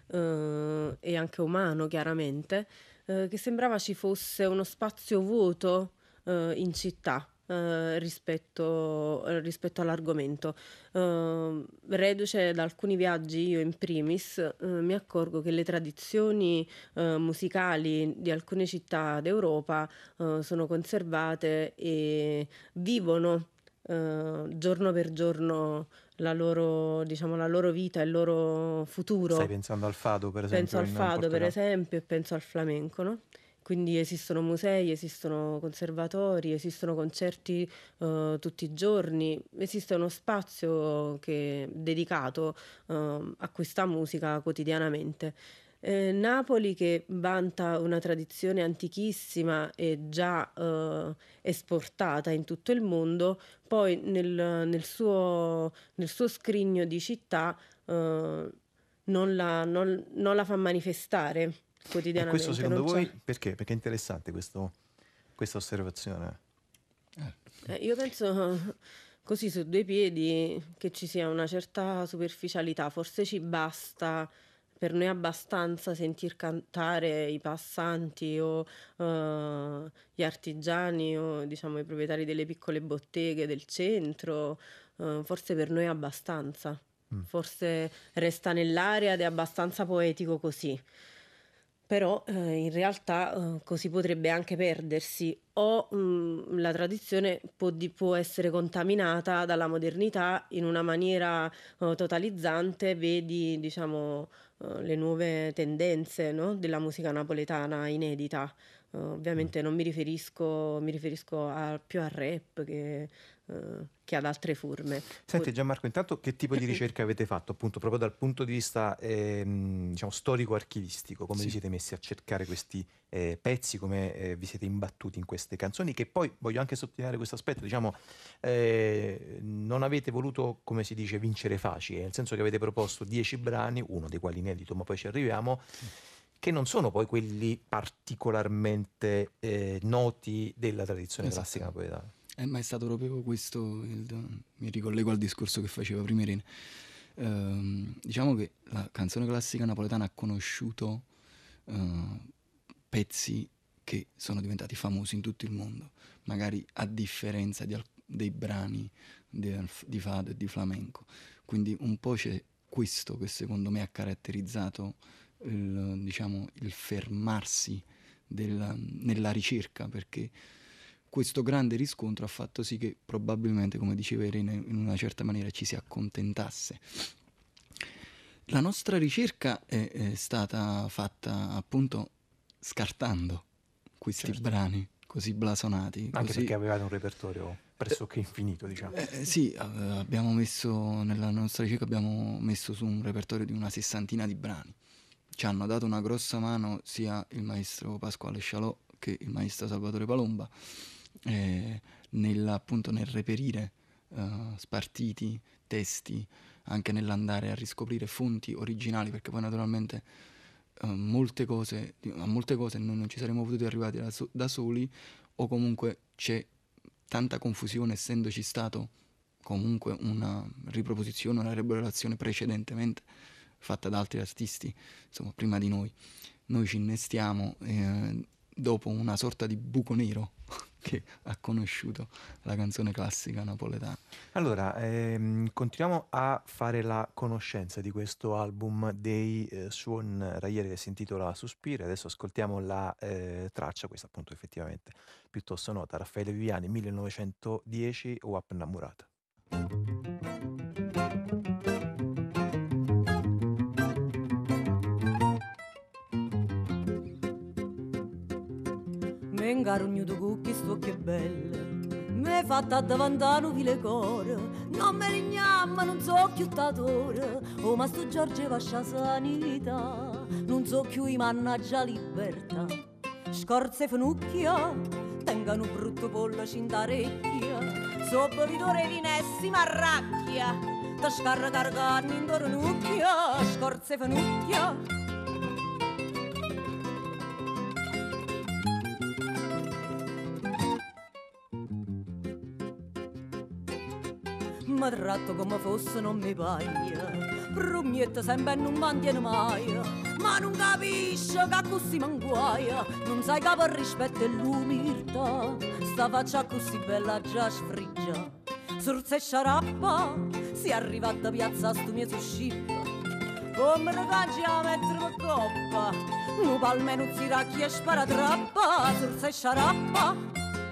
eh, e anche umano, chiaramente, eh, che sembrava ci fosse uno spazio vuoto eh, in città eh, rispetto, eh, rispetto all'argomento. Eh, reduce da alcuni viaggi, io in primis, eh, mi accorgo che le tradizioni eh, musicali di alcune città d'Europa eh, sono conservate e vivono eh, giorno per giorno la loro, diciamo, la loro vita, il loro futuro. Stai pensando al fado, per esempio? Penso al in fado, per Portogallo? esempio, e penso al flamenco, no? Quindi esistono musei, esistono conservatori, esistono concerti eh, tutti i giorni, esiste uno spazio che, dedicato eh, a questa musica quotidianamente. Eh, Napoli, che vanta una tradizione antichissima e già eh, esportata in tutto il mondo, poi nel, nel suo, nel suo scrigno di città eh, non la, non- non la fa manifestare E quotidianamente. questo secondo non c'è- voi perché? Perché è interessante questo- questa osservazione. Eh, io penso eh, così su due piedi che ci sia una certa superficialità, forse ci basta, per noi è abbastanza sentir cantare i passanti o eh, gli artigiani o diciamo i proprietari delle piccole botteghe del centro, eh, forse per noi è abbastanza, Mm. forse resta nell'aria ed è abbastanza poetico così. Però eh, in realtà eh, così potrebbe anche perdersi o mh, la tradizione può, di- può essere contaminata dalla modernità in una maniera eh, totalizzante, vedi diciamo eh, le nuove tendenze, no, della musica napoletana inedita. Eh, ovviamente non mi riferisco, mi riferisco a- più al rap che, eh, che ad altre forme. Senti Gianmarco, intanto che tipo di ricerca avete fatto, appunto, proprio dal punto di vista ehm, diciamo, storico-archivistico? Come Sì. vi siete messi a cercare questi eh, pezzi, come eh, vi siete imbattuti in queste canzoni? Che poi voglio anche sottolineare questo aspetto, diciamo, eh, non avete voluto, come si dice, vincere facile, nel senso che avete proposto dieci brani, uno dei quali inedito, ma poi ci arriviamo, che non sono poi quelli particolarmente eh, noti della tradizione Esatto. classica napoletana. Eh, ma è stato proprio questo, il- mi ricollego al discorso che faceva prima Irene. Ehm, diciamo che la canzone classica napoletana ha conosciuto eh, pezzi che sono diventati famosi in tutto il mondo, magari a differenza di al- dei brani di, alf- di fado e di flamenco. Quindi un po' c'è questo che secondo me ha caratterizzato il, diciamo, il fermarsi della- nella ricerca, perché questo grande riscontro ha fatto sì che probabilmente, come diceva Irene, in una certa maniera ci si accontentasse. La nostra ricerca è, è stata fatta appunto scartando questi Certo. brani così blasonati. Anche così- perché avevate un repertorio pressoché infinito, diciamo. eh, sì, eh, abbiamo messo, nella nostra ricerca abbiamo messo su un repertorio di una sessantina di brani. Ci hanno dato una grossa mano sia il maestro Pasquale Scialò che il maestro Salvatore Palomba, eh, nel, appunto nel reperire eh, spartiti, testi, anche nell'andare a riscoprire fonti originali, perché poi naturalmente eh, molte cose, a molte cose noi non ci saremmo potuti arrivare da, so- da soli, o comunque c'è tanta confusione essendoci stato comunque una riproposizione, una rielaborazione precedentemente fatta da altri artisti, insomma, prima di noi. Noi ci innestiamo eh, dopo una sorta di buco nero che ha conosciuto la canzone classica napoletana. Allora, ehm, continuiamo a fare la conoscenza di questo album dei eh, Suon Raieri che si intitola Suspire. Adesso ascoltiamo la eh, traccia, questa appunto effettivamente piuttosto nota, Raffaele Viviani, millenovecentodieci, Wap Namurata. me ingarugnuto con chi sto che belle. Mi fatta davanti nuvile core, non me lignamma, non so più tatore. Oh, ma sto Giorgio vascia sanità, non so più i mannaggia libertà. Scorze fenucchia, tengano brutto pollo cintarecchia. Sopra vidore vinessi marracchia, da scarra carcarni in dornucchia. Scorze fenucchia. Mi tratto come fosse non mi paglia, brumietta sempre non mantiene mai, ma non capisce che così manguaia, non sai capo il rispetto e l'umiltà, sta faccia così bella già sfriggia, sorse sciarappa, si è arrivata a piazza sto mio suscippa, come ne canci a mettere per coppa, non palme non si racchia e spara trappa, sorse sciarappa.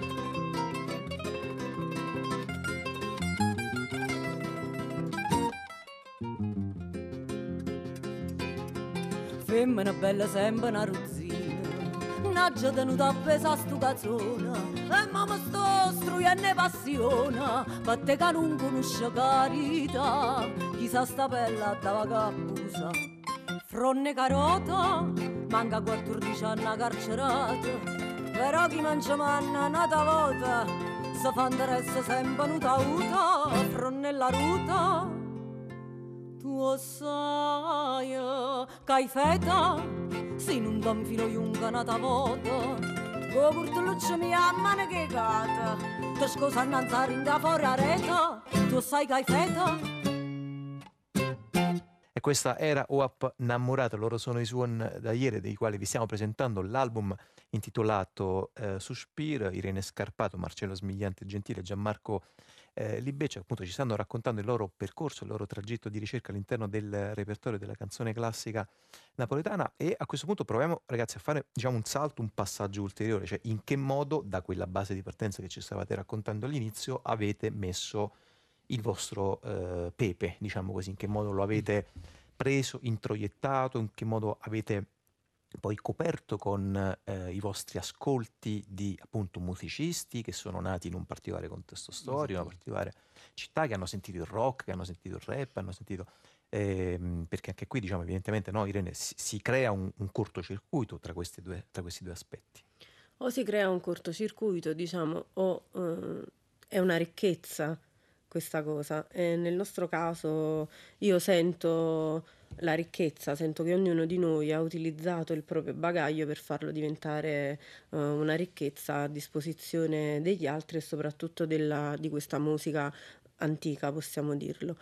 Femmina bella sempre una ruzzina, una già tenuta appesa a stu cazzona, e mamma sto struendo passione, batte che non conosce carità, chissà sta bella dava cappusa. Fronne carota, manca quattordici anni carcerata, però chi mangia manna nata volta, se fa interesse sempre nuda uta, fronne la ruta. Tu sai che hai feta, se non ti infilo iunga nata volta, che curtuluccia mi ammane che gata, ti scusa annanzare in da fuori a reta, tu sai che hai feta. E questa era O A P Innamorata, loro sono i Suon da ieri, dei quali vi stiamo presentando l'album intitolato eh, Suspir. Irene Scarpato, Marcello Smigliante Gentile, Gianmarco eh, Libeccia, appunto ci stanno raccontando il loro percorso, il loro tragitto di ricerca all'interno del repertorio della canzone classica napoletana. E a questo punto proviamo, ragazzi, a fare, diciamo, un salto, un passaggio ulteriore, cioè in che modo da quella base di partenza che ci stavate raccontando all'inizio avete messo il vostro eh, pepe, diciamo così, in che modo lo avete preso, introiettato, in che modo avete poi coperto con eh, i vostri ascolti di appunto musicisti che sono nati in un particolare contesto storico, una particolare città, che hanno sentito il rock, che hanno sentito il rap, hanno sentito ehm, perché anche qui, diciamo, evidentemente, no, Irene, si, si crea un, un cortocircuito tra questi due, tra questi due aspetti. O si crea un cortocircuito, diciamo, o eh, è una ricchezza questa cosa. E nel nostro caso io sento la ricchezza, sento che ognuno di noi ha utilizzato il proprio bagaglio per farlo diventare uh, una ricchezza a disposizione degli altri e soprattutto della, di questa musica antica, possiamo dirlo.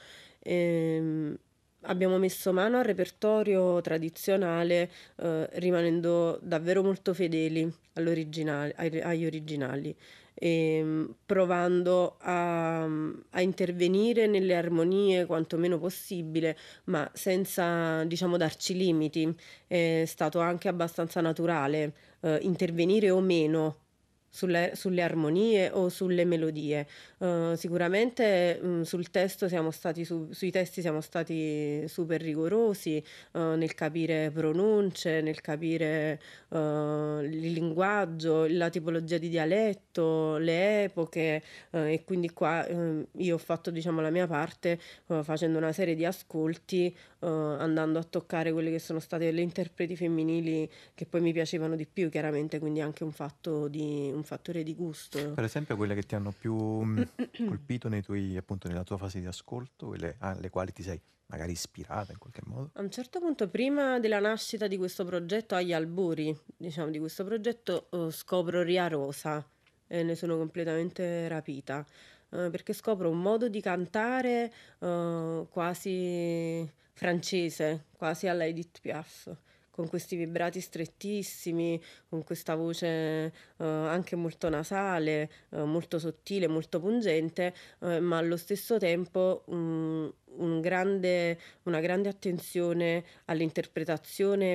Ehm, Abbiamo messo mano al repertorio tradizionale eh, rimanendo davvero molto fedeli all'originale, ai- agli originali, ehm, provando a, a intervenire nelle armonie quanto meno possibile, ma senza, diciamo, darci limiti. È stato anche abbastanza naturale eh, intervenire o meno sulle, sulle armonie o sulle melodie. Uh, sicuramente mh, sul testo siamo stati su, sui testi siamo stati super rigorosi uh, nel capire pronunce, nel capire uh, il linguaggio, la tipologia di dialetto, le epoche uh, e quindi qua uh, io ho fatto, diciamo, la mia parte uh, facendo una serie di ascolti, uh, andando a toccare quelle che sono state le interpreti femminili che poi mi piacevano di più, chiaramente, quindi anche un fatto di un fattore di gusto. Per esempio quelle che ti hanno più mh, colpito nei tuoi, appunto, nella tua fase di ascolto, quelle alle quali ti sei magari ispirata in qualche modo? A un certo punto, prima della nascita di questo progetto, agli albori, diciamo, di questo progetto, eh, scopro Ria Rosa e ne sono completamente rapita, eh, perché scopro un modo di cantare eh, quasi francese, quasi alla Edith Piaf, con questi vibrati strettissimi, con questa voce eh, anche molto nasale, eh, molto sottile, molto pungente, eh, ma allo stesso tempo um, un grande, una grande attenzione all'interpretazione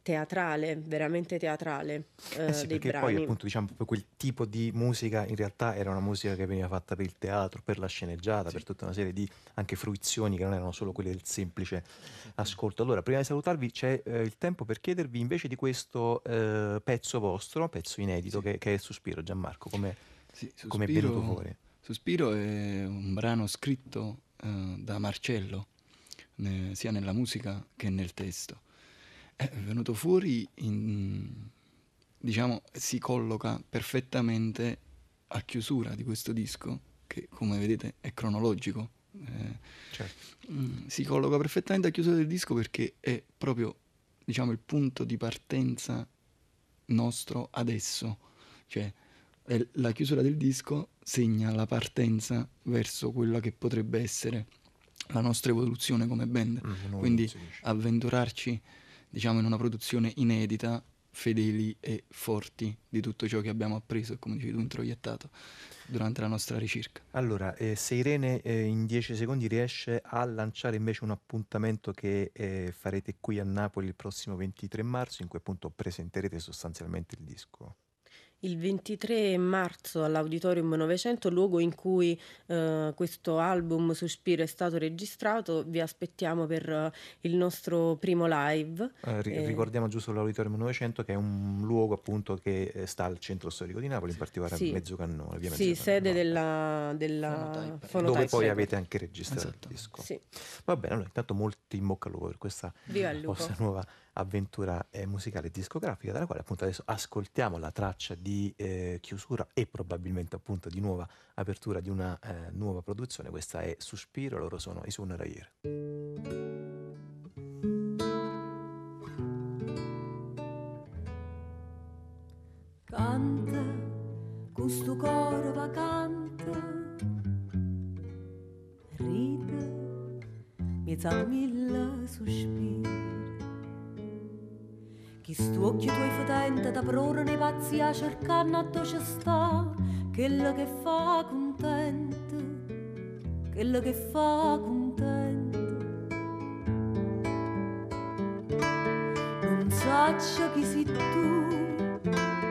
teatrale, veramente teatrale eh, Eh sì, dei perché brani. poi appunto diciamo proprio quel tipo di musica in realtà era una musica che veniva fatta per il teatro, per la sceneggiata, per tutta una serie di anche fruizioni che non erano solo quelle del semplice ascolto. Allora, prima di salutarvi c'è eh, il tempo per chiedervi invece di questo eh, pezzo vostro, pezzo inedito che, che è Sospiro. Gianmarco, come Sì, come è venuto Sospiro, fuori? Sospiro è un brano scritto eh, da Marcello, ne- sia nella musica che nel testo. È venuto fuori, in, diciamo, si colloca perfettamente a chiusura di questo disco, che come vedete è cronologico. Eh, Certo. mm, si colloca perfettamente a chiusura del disco perché è proprio, diciamo, il punto di partenza nostro adesso. Cioè, è la chiusura del disco segna la partenza verso quella che potrebbe essere la nostra evoluzione come band. Mm, un nuovo Quindi inizio, dici. avventurarci, diciamo, in una produzione inedita, fedeli e forti di tutto ciò che abbiamo appreso e, come dici tu, introiettato durante la nostra ricerca. Allora, eh, se Irene eh, in dieci secondi riesce a lanciare invece un appuntamento che eh, farete qui a Napoli il prossimo ventitré marzo, in cui appunto presenterete sostanzialmente il disco. Il ventitré marzo all'Auditorium novecento, luogo in cui eh, questo album Sospiro è stato registrato. Vi aspettiamo per eh, il nostro primo live. Eh, ri- Eh, ricordiamo giusto l'Auditorium novecento, che è un luogo appunto che eh, sta al centro storico di Napoli, in particolare a sì, Mezzocannone, via sì, Mezzocannone. sede della, della Phonotype. Phonotype Dove poi Records. avete anche registrato Esatto. il disco. Sì. Va bene, allora intanto molti in bocca al lupo per questa Viva il lupo. vostra nuova avventura eh, musicale e discografica, dalla quale appunto adesso ascoltiamo la traccia di eh, chiusura e probabilmente appunto di nuova apertura di una eh, nuova produzione. Questa è Sospiro, loro sono i Suona Raiere. Canta, questo coro vacante, ride, miezza mille sospiri. Chi stu occhi tuoi fedenti t'aprora nei pazzi a cercare a dove ci sta, quello che fa contento, quello che fa contento. Non saccia chi sei tu,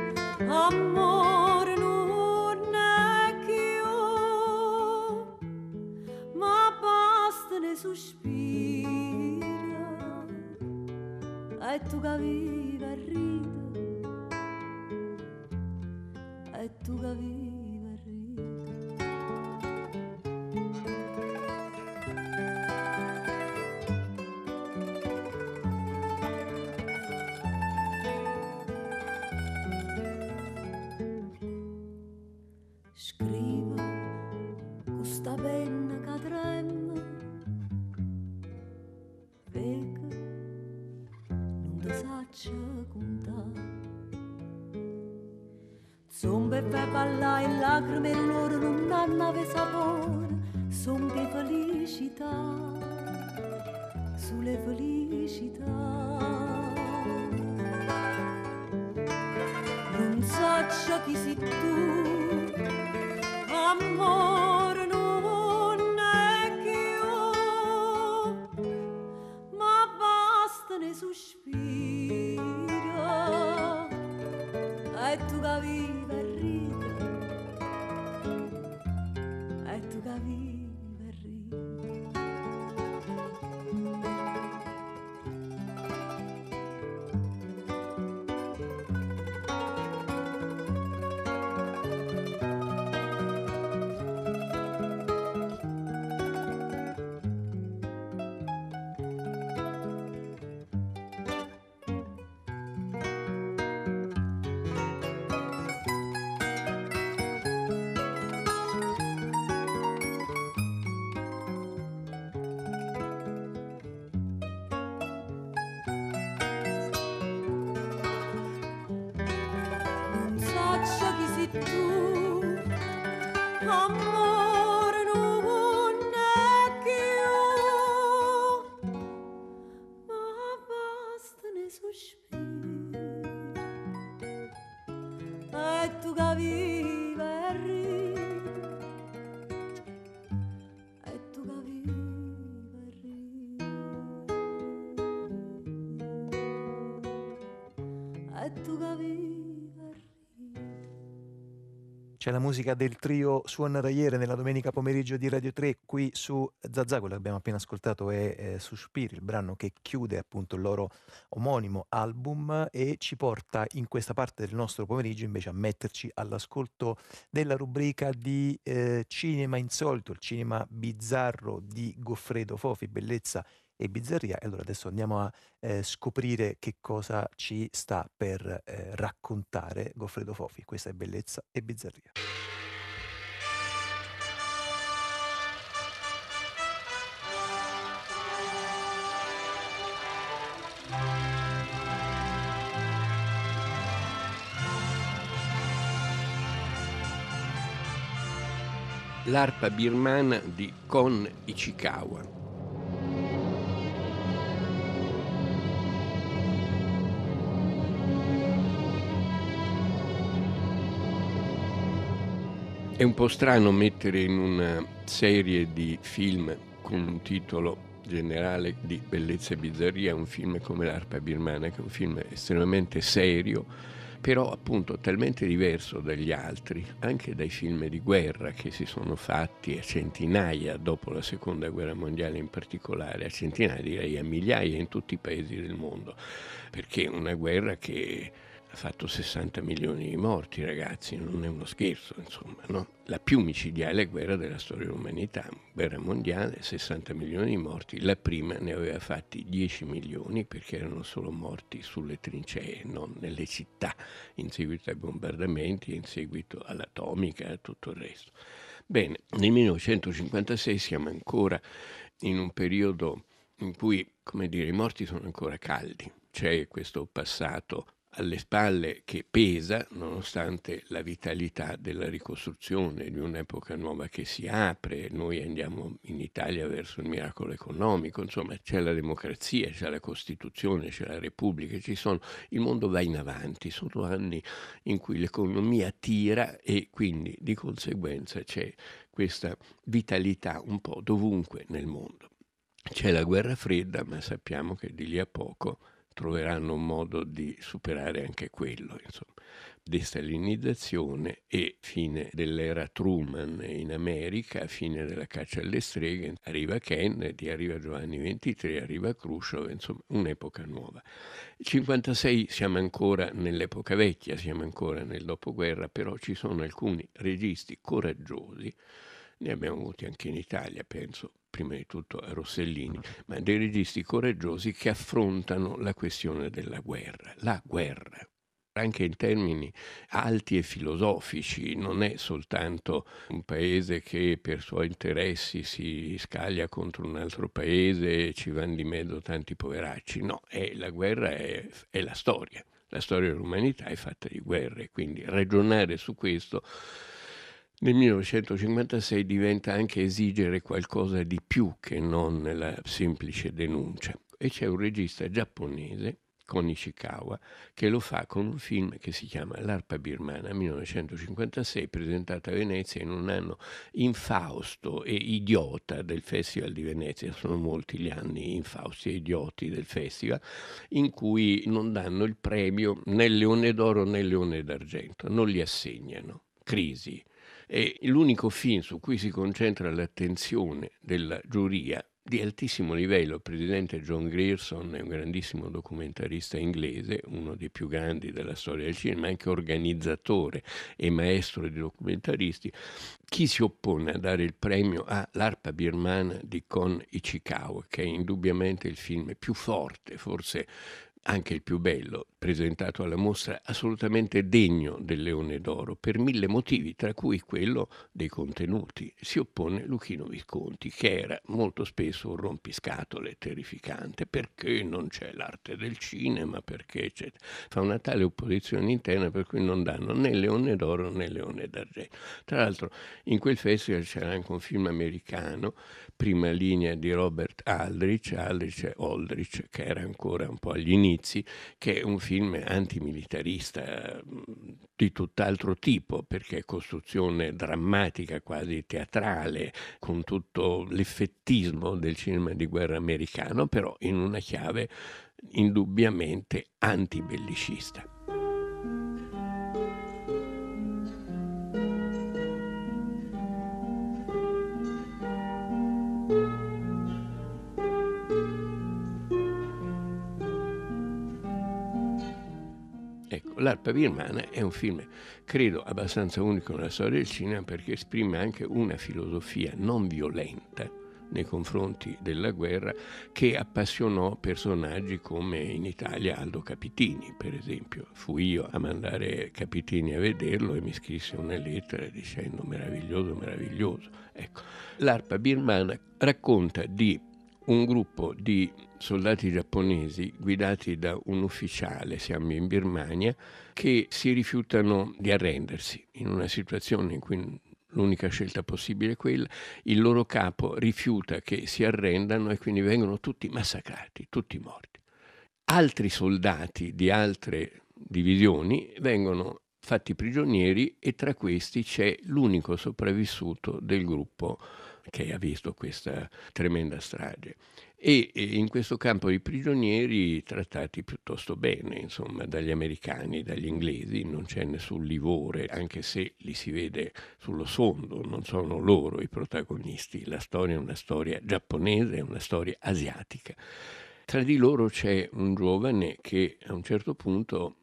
amore non è che io, ma basta ne sospira, e tu che vivi e ridi, e tu che vivi e ridi. Scrivo con sta penna che trema, perché non ti saccia contare. Zombe per ballare e lacrime in un'ora non hanno ave sapore, son che felicità, sulle felicità. Non saccia chi sei tu, amore non è che io, ma basta ne sospira, e tu che vivi e ridi, e tu che vivi e ridi. Non saccia chi sei tu, amore non è che io, ma basta ne sospiri, e tu che vivi e ridi, e tu che vivi e ridi. C'è la musica del trio Suon Raiere nella domenica pomeriggio di Radio tre qui su Zazà. Quello che abbiamo appena ascoltato è eh, Suspiri, il brano che chiude appunto il loro omonimo album e ci porta in questa parte del nostro pomeriggio invece a metterci all'ascolto della rubrica di eh, Cinema Insolito, il cinema bizzarro di Goffredo Fofi, bellezza e bizzarria. E allora adesso andiamo a eh, scoprire che cosa ci sta per eh, raccontare Goffredo Fofi. Questa è bellezza e bizzarria. L'arpa birmana di Kon Ichikawa. È un po' strano mettere in una serie di film con un titolo generale di bellezza e bizzarria un film come L'arpa birmana, che è un film estremamente serio, però appunto talmente diverso dagli altri, anche dai film di guerra che si sono fatti a centinaia dopo la seconda guerra mondiale in particolare, a centinaia direi a migliaia in tutti i paesi del mondo, perché è una guerra che ha fatto sessanta milioni di morti, ragazzi, non è uno scherzo, insomma, no? La più micidiale guerra della storia dell'umanità, guerra mondiale, sessanta milioni di morti, la prima ne aveva fatti dieci milioni perché erano solo morti sulle trincee, non nelle città, in seguito ai bombardamenti, in seguito all'atomica e a tutto il resto. Bene, nel millenovecentocinquantasei siamo ancora in un periodo in cui, come dire, i morti sono ancora caldi, c'è questo passato alle spalle che pesa nonostante la vitalità della ricostruzione di un'epoca nuova che si apre. Noi andiamo in Italia verso il miracolo economico, insomma c'è la democrazia, c'è la Costituzione, c'è la Repubblica, ci sono, il mondo va in avanti, sono anni in cui l'economia tira e quindi di conseguenza c'è questa vitalità un po' dovunque nel mondo. C'è la guerra fredda, ma sappiamo che di lì a poco troveranno un modo di superare anche quello, insomma. Destalinizzazione e fine dell'era Truman in America, fine della caccia alle streghe, arriva Kennedy, arriva Giovanni ventitré, arriva Khrushchev, insomma un'epoca nuova. cinquantasei siamo ancora nell'epoca vecchia, siamo ancora nel dopoguerra, però ci sono alcuni registi coraggiosi, ne abbiamo avuti anche in Italia, penso prima di tutto a Rossellini, ma dei registi coraggiosi che affrontano la questione della guerra, la guerra, anche in termini alti e filosofici. Non è soltanto un paese che per suoi interessi si scaglia contro un altro paese e ci vanno di mezzo tanti poveracci, no, è, la guerra è, è la storia, la storia dell'umanità è fatta di guerre, quindi ragionare su questo nel millenovecentocinquantasei diventa anche esigere qualcosa di più che non la semplice denuncia. E c'è un regista giapponese, Kon Ichikawa, che lo fa con un film che si chiama L'arpa birmana, millenovecentocinquantasei, presentato a Venezia in un anno infausto e idiota del Festival di Venezia. Sono molti gli anni infausti e idioti del festival, in cui non danno il premio né Leone d'Oro né Leone d'Argento, non li assegnano. Crisi. È l'unico film su cui si concentra l'attenzione della giuria di altissimo livello. Il presidente John Grierson è un grandissimo documentarista inglese, uno dei più grandi della storia del cinema, anche organizzatore e maestro di documentaristi. Chi si oppone a dare il premio a L'arpa birmana di Kon Ichikawa, che è indubbiamente il film più forte, forse anche il più bello, presentato alla mostra, assolutamente degno del Leone d'Oro per mille motivi, tra cui quello dei contenuti. Si oppone Luchino Visconti, che era molto spesso un rompiscatole terrificante, perché non c'è l'arte del cinema, perché c'è... fa una tale opposizione interna per cui non danno né Leone d'Oro né Leone d'Argento. Tra l'altro in quel festival c'era anche un film americano, Prima linea di Robert Aldrich, Aldrich e Aldrich, che era ancora un po' agli inizi, che è un film antimilitarista di tutt'altro tipo, perché è costruzione drammatica, quasi teatrale, con tutto l'effettismo del cinema di guerra americano, però in una chiave indubbiamente antibellicista. L'Arpa birmana è un film, credo, abbastanza unico nella storia del cinema, perché esprime anche una filosofia non violenta nei confronti della guerra, che appassionò personaggi come in Italia Aldo Capitini, per esempio. Fui io a mandare Capitini a vederlo e mi scrisse una lettera dicendo meraviglioso, meraviglioso. Ecco, l'Arpa birmana racconta di un gruppo di soldati giapponesi guidati da un ufficiale, siamo in Birmania, che si rifiutano di arrendersi in una situazione in cui l'unica scelta possibile è quella. Il loro capo rifiuta che si arrendano e quindi vengono tutti massacrati, tutti morti. Altri soldati di altre divisioni vengono fatti prigionieri e tra questi c'è l'unico sopravvissuto del gruppo che ha visto questa tremenda strage. E in questo campo di prigionieri trattati piuttosto bene, insomma, dagli americani, dagli inglesi, non c'è nessun livore, anche se li si vede sullo sfondo, non sono loro i protagonisti. La storia è una storia giapponese, è una storia asiatica. Tra di loro c'è un giovane che a un certo punto,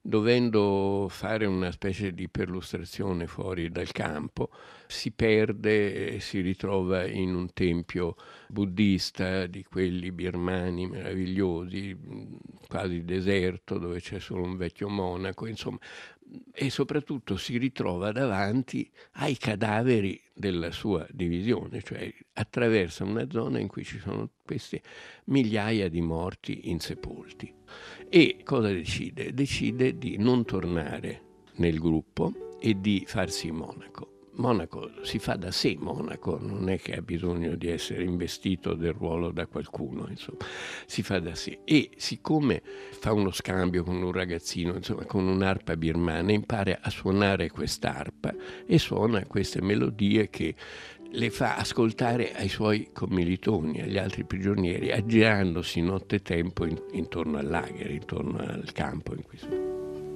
dovendo fare una specie di perlustrazione fuori dal campo, si perde e si ritrova in un tempio buddista di quelli birmani meravigliosi, quasi deserto, dove c'è solo un vecchio monaco, insomma, e soprattutto si ritrova davanti ai cadaveri della sua divisione, cioè attraversa una zona in cui ci sono queste migliaia di morti insepolti. E cosa decide? Decide di non tornare nel gruppo e di farsi monaco. Monaco si fa da sé, monaco, non è che ha bisogno di essere investito del ruolo da qualcuno, insomma, si fa da sé. E siccome fa uno scambio con un ragazzino, insomma, con un'arpa birmana, impara a suonare quest'arpa e suona queste melodie che le fa ascoltare ai suoi commilitoni, agli altri prigionieri, aggirandosi nottetempo in, intorno al lager, intorno al campo in cui sono.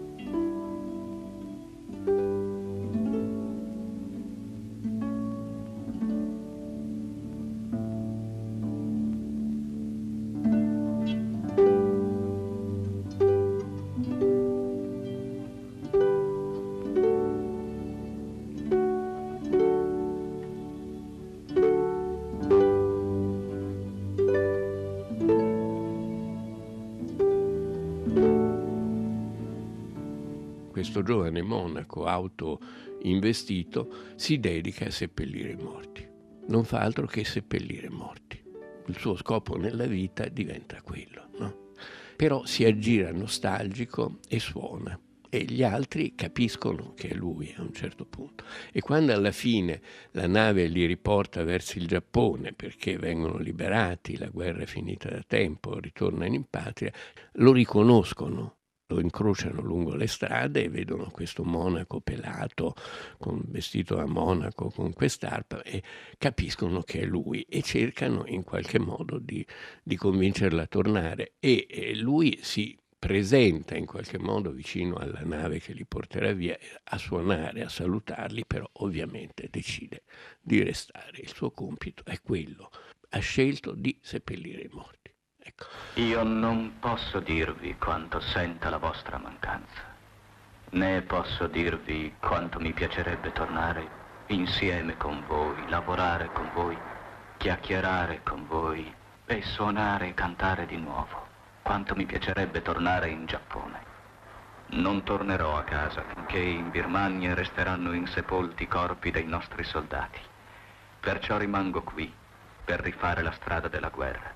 Questo giovane monaco auto-investito si dedica a seppellire i morti. Non fa altro che seppellire morti. Il suo scopo nella vita diventa quello, no? Però si aggira nostalgico e suona. E gli altri capiscono che è lui a un certo punto. E quando alla fine la nave li riporta verso il Giappone perché vengono liberati, la guerra è finita da tempo, ritornano in patria, lo riconoscono. Lo incrociano lungo le strade e vedono questo monaco pelato, con vestito da monaco, con quest'arpa, e capiscono che è lui e cercano in qualche modo di, di convincerla a tornare. E, e lui si presenta in qualche modo vicino alla nave che li porterà via a suonare, a salutarli, però ovviamente decide di restare. Il suo compito è quello. Ha scelto di seppellire i morti. Ecco. Io non posso dirvi quanto senta la vostra mancanza, né posso dirvi quanto mi piacerebbe tornare insieme con voi, lavorare con voi, chiacchierare con voi e suonare e cantare di nuovo. Quanto mi piacerebbe tornare in Giappone. Non tornerò a casa finché in Birmania resteranno insepolti i corpi dei nostri soldati. Perciò rimango qui per rifare la strada della guerra.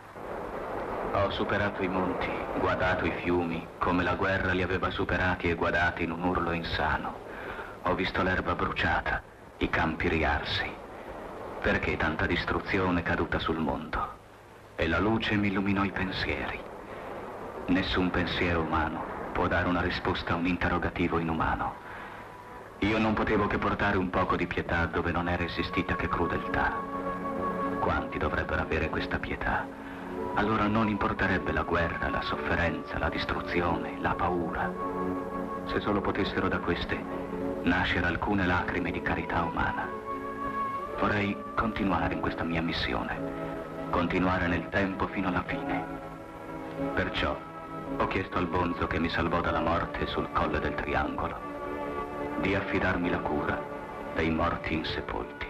Ho superato i monti, guadato i fiumi, come la guerra li aveva superati e guadati in un urlo insano. Ho visto l'erba bruciata, i campi riarsi. Perché tanta distruzione caduta sul mondo? E la luce mi illuminò i pensieri. Nessun pensiero umano può dare una risposta a un interrogativo inumano. Io non potevo che portare un poco di pietà dove non era esistita che crudeltà. Quanti dovrebbero avere questa pietà? Allora non importerebbe la guerra, la sofferenza, la distruzione, la paura. Se solo potessero da queste nascere alcune lacrime di carità umana. Vorrei continuare in questa mia missione, continuare nel tempo fino alla fine. Perciò ho chiesto al bonzo che mi salvò dalla morte sul colle del Triangolo di affidarmi la cura dei morti insepolti.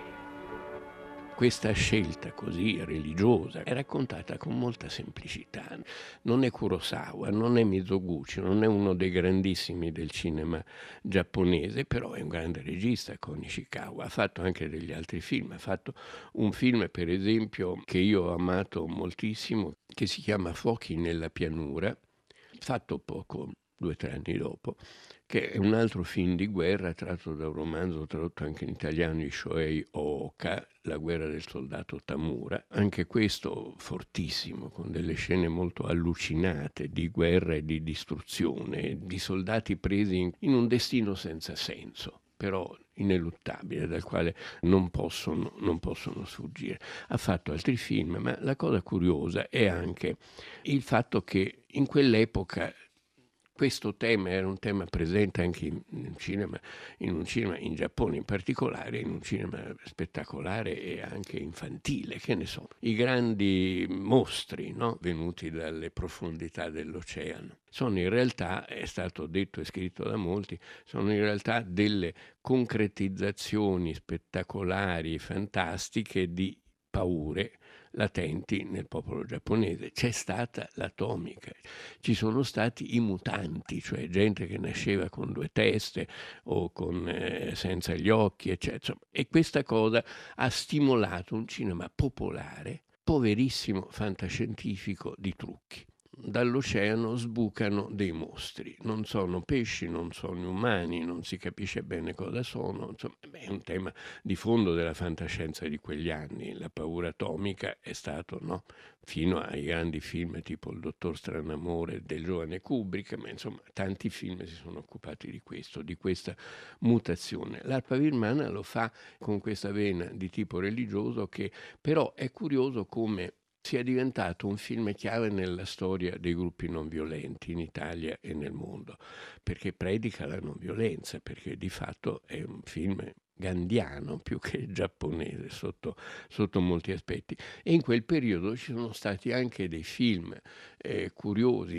Questa scelta così religiosa è raccontata con molta semplicità. Non è Kurosawa, non è Mizoguchi, non è uno dei grandissimi del cinema giapponese, però è un grande regista con Ishikawa. Ha fatto anche degli altri film. Ha fatto un film, per esempio, che io ho amato moltissimo, che si chiama Fuochi nella pianura, fatto poco, due o tre anni dopo, che è un altro film di guerra tratto da un romanzo tradotto anche in italiano di Shohei Ooka, La guerra del soldato Tamura. Anche questo fortissimo, con delle scene molto allucinate di guerra e di distruzione, di soldati presi in, in un destino senza senso, però ineluttabile, dal quale non possono, non possono sfuggire. Ha fatto altri film, ma la cosa curiosa è anche il fatto che in quell'epoca questo tema era un tema presente anche in, in cinema, in un cinema in Giappone in particolare, in un cinema spettacolare e anche infantile, che ne so. I grandi mostri, no? Venuti dalle profondità dell'oceano. Sono in realtà, è stato detto e scritto da molti, sono in realtà delle concretizzazioni spettacolari, fantastiche di paure latenti nel popolo giapponese. C'è stata l'atomica, ci sono stati i mutanti, cioè gente che nasceva con due teste o con, eh, senza gli occhi, eccetera. E questa cosa ha stimolato un cinema popolare, poverissimo, fantascientifico di trucchi. Dall'oceano sbucano dei mostri, non sono pesci, non sono umani, non si capisce bene cosa sono, insomma, beh, è un tema di fondo della fantascienza di quegli anni. La paura atomica è stato, no? Fino ai grandi film tipo Il dottor Stranamore del giovane Kubrick, ma insomma tanti film si sono occupati di questo, di questa mutazione. L'arpa birmana lo fa con questa vena di tipo religioso che però è curioso come sia diventato un film chiave nella storia dei gruppi non violenti in Italia e nel mondo, perché predica la non violenza, perché di fatto è un film gandhiano più che giapponese sotto, sotto molti aspetti. E in quel periodo ci sono stati anche dei film eh, curiosi,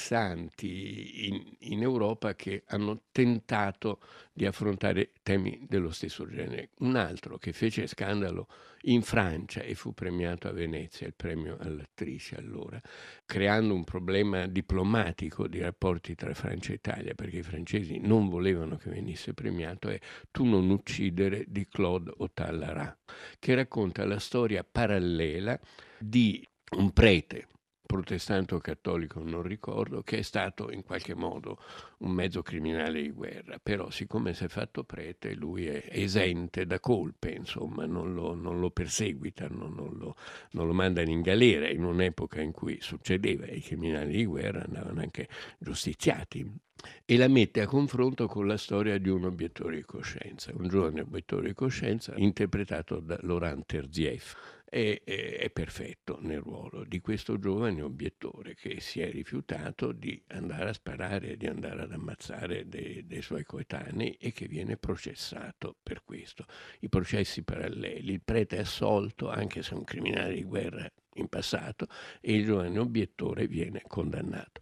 interessanti in, in Europa che hanno tentato di affrontare temi dello stesso genere. Un altro che fece scandalo in Francia e fu premiato a Venezia, il premio all'attrice allora, creando un problema diplomatico di rapporti tra Francia e Italia, perché i francesi non volevano che venisse premiato, è Tu non uccidere di Claude Ottalla-Ra, che racconta la storia parallela di un prete protestante o cattolico, non ricordo, che è stato in qualche modo un mezzo criminale di guerra, però siccome si è fatto prete lui è esente da colpe, insomma non lo, non lo perseguitano, non lo, non lo mandano in galera, in un'epoca in cui succedeva, i criminali di guerra andavano anche giustiziati, e la mette a confronto con la storia di un obiettore di coscienza, un giovane obiettore di coscienza interpretato da Laurent Terzieff. È, è, è perfetto nel ruolo di questo giovane obiettore che si è rifiutato di andare a sparare, di andare ad ammazzare dei, dei suoi coetanei e che viene processato per questo. I processi paralleli, il prete è assolto anche se è un criminale di guerra in passato e il giovane obiettore viene condannato.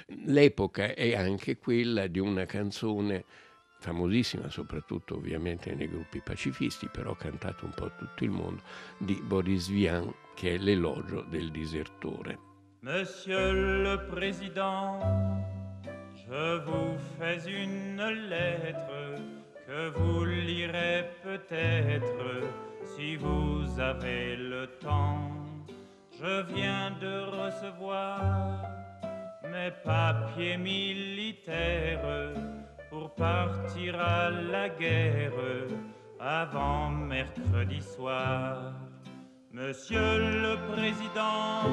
L'epoca è anche quella di una canzone famosissima, soprattutto ovviamente nei gruppi pacifisti, però cantato un po' a tutto il mondo, di Boris Vian, che è l'elogio del disertore. Monsieur le Président, je vous fais une lettre que vous lirez peut-être si vous avez le temps. Je viens de recevoir mes papiers militaires pour partir à la guerre avant mercredi soir. Monsieur le Président,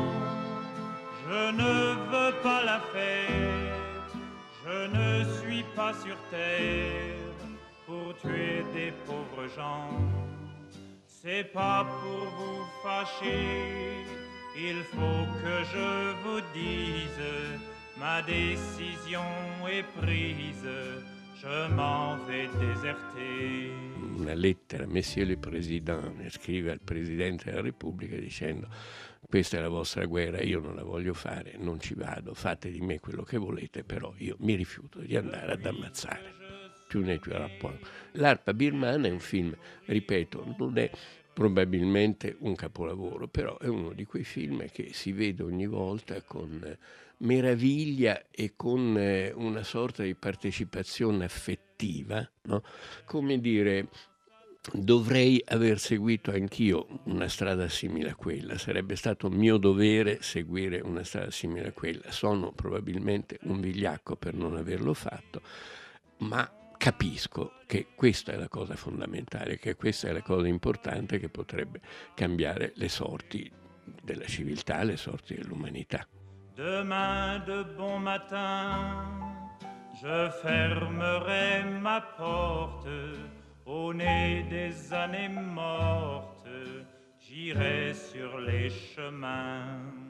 je ne veux pas la fête, je ne suis pas sur terre pour tuer des pauvres gens. C'est pas pour vous fâcher, il faut que je vous dise, ma décision est prise, je m'en vais déserter. Una lettera, Monsieur le Président, scrive al Presidente della Repubblica dicendo: questa è la vostra guerra, io non la voglio fare, non ci vado, fate di me quello che volete, però io mi rifiuto di andare ad ammazzare. Più ne più rapporto. L'Arpa birmana è un film, ripeto, non è probabilmente un capolavoro, però è uno di quei film che si vede ogni volta con meraviglia e con eh, una sorta di partecipazione affettiva, no? Come dire, dovrei aver seguito anch'io una strada simile a quella, sarebbe stato mio dovere seguire una strada simile a quella. Sono probabilmente un vigliacco per non averlo fatto, ma capisco che questa è la cosa fondamentale, che questa è la cosa importante che potrebbe cambiare le sorti della civiltà, le sorti dell'umanità. Demain de bon matin, je fermerai ma porte au nez des années mortes, j'irai sur les chemins.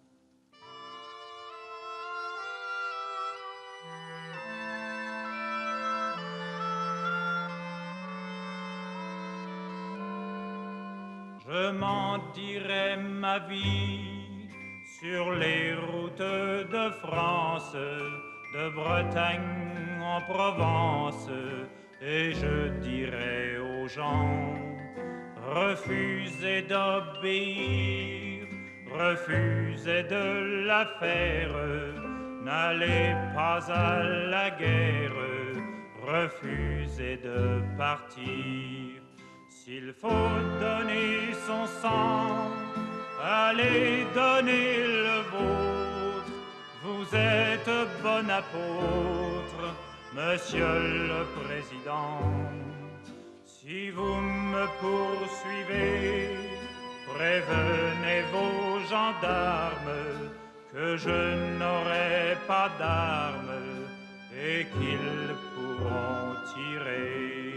Je m'en dirai ma vie sur les routes de France, de Bretagne en Provence, et je dirai aux gens: refusez d'obéir, refusez de la faire, n'allez pas à la guerre, refusez de partir. S'il faut donner son sang, allez donner le vôtre. Vous êtes bon apôtre, Monsieur le Président. Si vous me poursuivez, prévenez vos gendarmes que je n'aurai pas d'armes et qu'ils pourront tirer.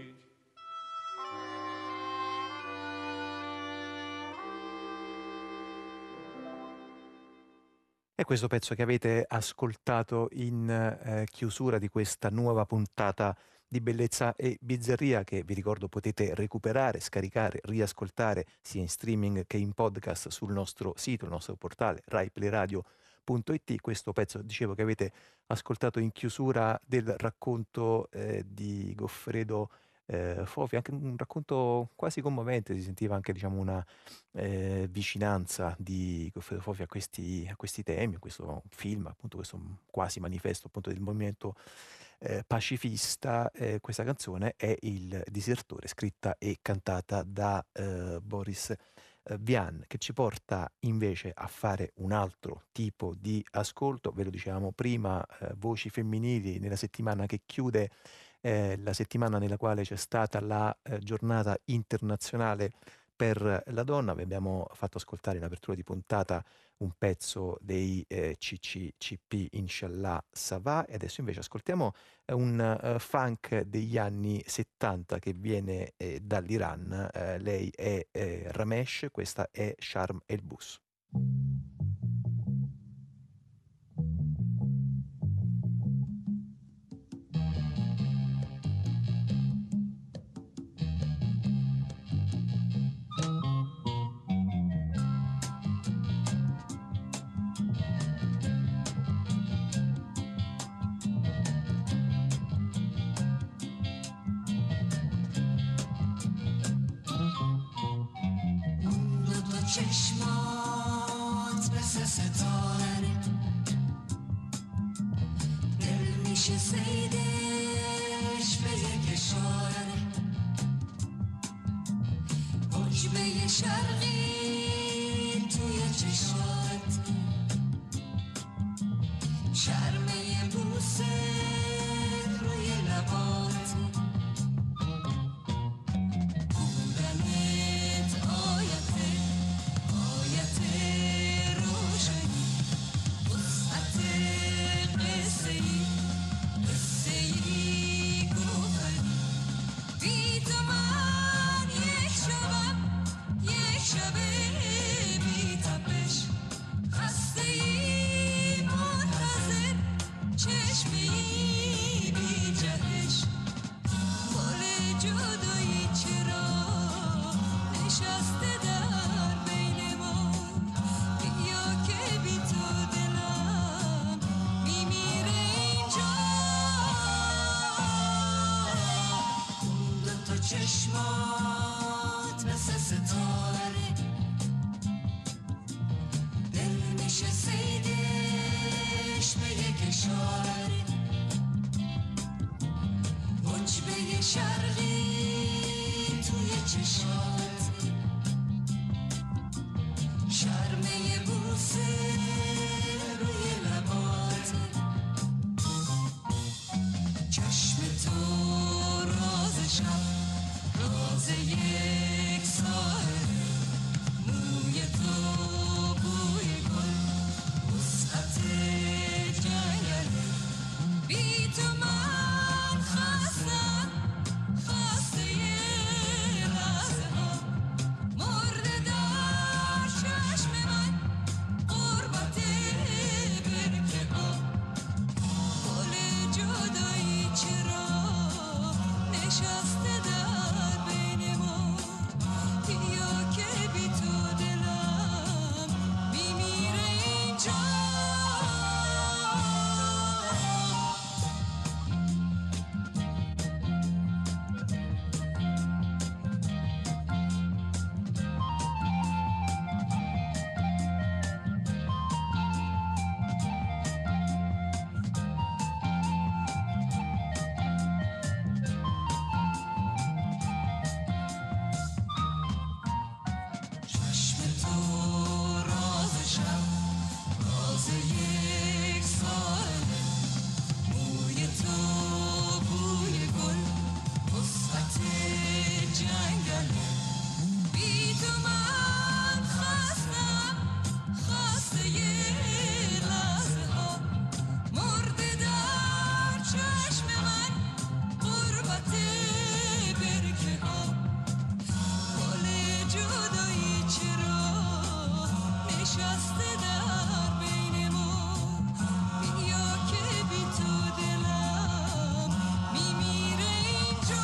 E questo pezzo che avete ascoltato in eh, chiusura di questa nuova puntata di Bellezza e Bizzarria, che vi ricordo potete recuperare, scaricare, riascoltare sia in streaming che in podcast sul nostro sito, il nostro portale rai play radio punto it. Questo pezzo, dicevo, che avete ascoltato in chiusura del racconto eh, di Goffredo eh, Fofi, anche un racconto quasi commovente, si sentiva anche, diciamo, una eh, vicinanza di Goffredo Fofi a questi, a questi temi, a questo film, appunto questo quasi manifesto appunto del movimento eh, pacifista. Eh, questa canzone è Il Disertore, scritta e cantata da eh, Boris eh, Vian, che ci porta invece a fare un altro tipo di ascolto. Ve lo dicevamo prima, eh, voci femminili nella settimana che chiude eh, la settimana nella quale c'è stata la eh, giornata internazionale per la donna. Vi abbiamo fatto ascoltare in apertura di puntata un pezzo dei eh, C C C P, Inshallah Ça Va, e adesso invece ascoltiamo eh, un uh, funk degli anni settanta che viene eh, dall'Iran. Eh, lei è eh, Ramesh, questa è Sharm El Bus. چشمات مثل ستاره دل میشه صیدش به یک اشاره حجبه شرقی توی چشات شرمه بوسه روی لبات me شرقی توی چشات شرمه بوسه روی لبات چشم تو راز شب راز یک ساعت موی تو بوی گل وسعت جنگل بی تو من خستم خسته لحظه ها مرده در چشم من قربت برکه ها گل جدایی چرا نشسته در بین ما بیا که بی تو دلم میمیره اینجا چشم تو راز شب راز یک ساعت موی تو بوی گل وسعت جنگل بی تو من خستم خسته لحظه ها مرده در چشم من غربت برکه ها گل جدایی چرا نشسته در بین ما بیا که بی تو دلم میمیره اینجا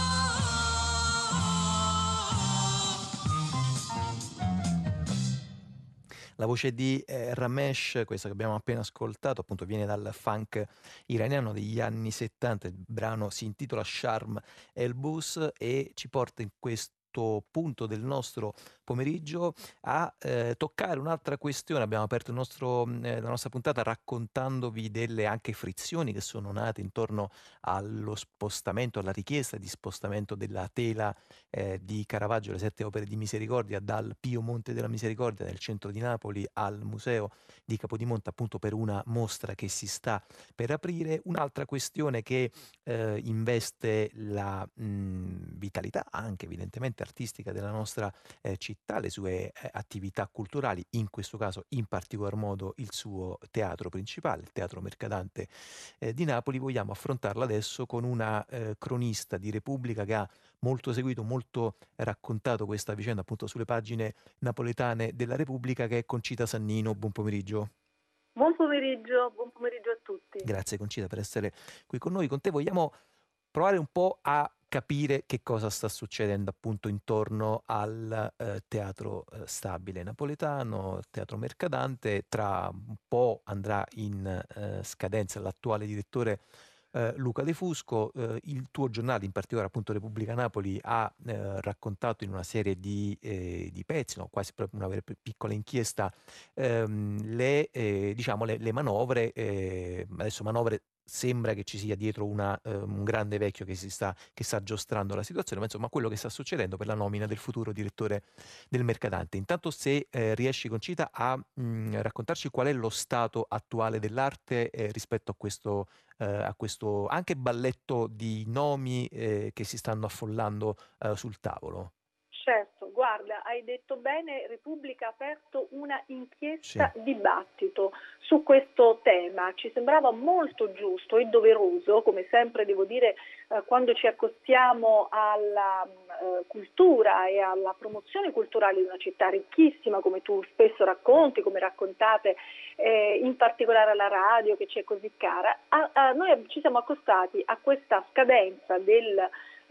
La voce di eh, Ramesh, questa che abbiamo appena ascoltato, appunto viene dal funk iraniano degli anni settanta. Il brano si intitola Sharm El Bus e ci porta in questo punto del nostro pomeriggio a eh, toccare un'altra questione. Abbiamo aperto il nostro, eh, la nostra puntata raccontandovi delle anche frizioni che sono nate intorno allo spostamento, alla richiesta di spostamento della tela eh, di Caravaggio, le sette opere di Misericordia, dal Pio Monte della Misericordia nel centro di Napoli al Museo di Capodimonte, appunto per una mostra che si sta per aprire. Un'altra questione che eh, investe la mh, vitalità anche evidentemente artistica della nostra eh, città, le sue eh, attività culturali, in questo caso in particolar modo il suo teatro principale, il Teatro Mercadante eh, di Napoli. Vogliamo affrontarla adesso con una eh, cronista di Repubblica che ha molto seguito, molto raccontato questa vicenda appunto sulle pagine napoletane della Repubblica, che è Concita Sannino. Buon pomeriggio. Buon pomeriggio, buon pomeriggio a tutti. Grazie Concita per essere qui con noi. Con te vogliamo provare un po' a capire che cosa sta succedendo appunto intorno al eh, Teatro eh, Stabile napoletano, Teatro Mercadante. Tra un po' andrà in eh, scadenza l'attuale direttore eh, Luca De Fusco. Eh, il tuo giornale, in particolare appunto Repubblica Napoli, ha eh, raccontato in una serie di, eh, di pezzi, no, quasi proprio una vera e piccola inchiesta, ehm, le, eh, diciamo le, le manovre, eh, adesso manovre sembra che ci sia dietro una, eh, un grande vecchio che si sta, che sta giostrando la situazione, ma insomma quello che sta succedendo per la nomina del futuro direttore del Mercadante. Intanto, se eh, riesci, Concita, a mh, raccontarci qual è lo stato attuale dell'arte eh, rispetto a questo, eh, a questo anche balletto di nomi eh, che si stanno affollando eh, sul tavolo. Certo, guarda, hai detto bene, Repubblica ha aperto una inchiesta sì. dibattito su questo tema. Ci sembrava molto giusto e doveroso, come sempre devo dire, eh, quando ci accostiamo alla eh, cultura e alla promozione culturale di una città ricchissima, come tu spesso racconti, come raccontate eh, in particolare alla radio, che ci è così cara. A, a, noi ci siamo accostati a questa scadenza del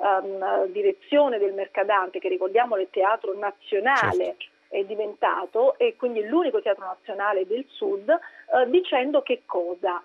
Um, direzione del Mercadante, che ricordiamo il teatro nazionale certo. è diventato, e quindi l'unico teatro nazionale del Sud, uh, dicendo che cosa?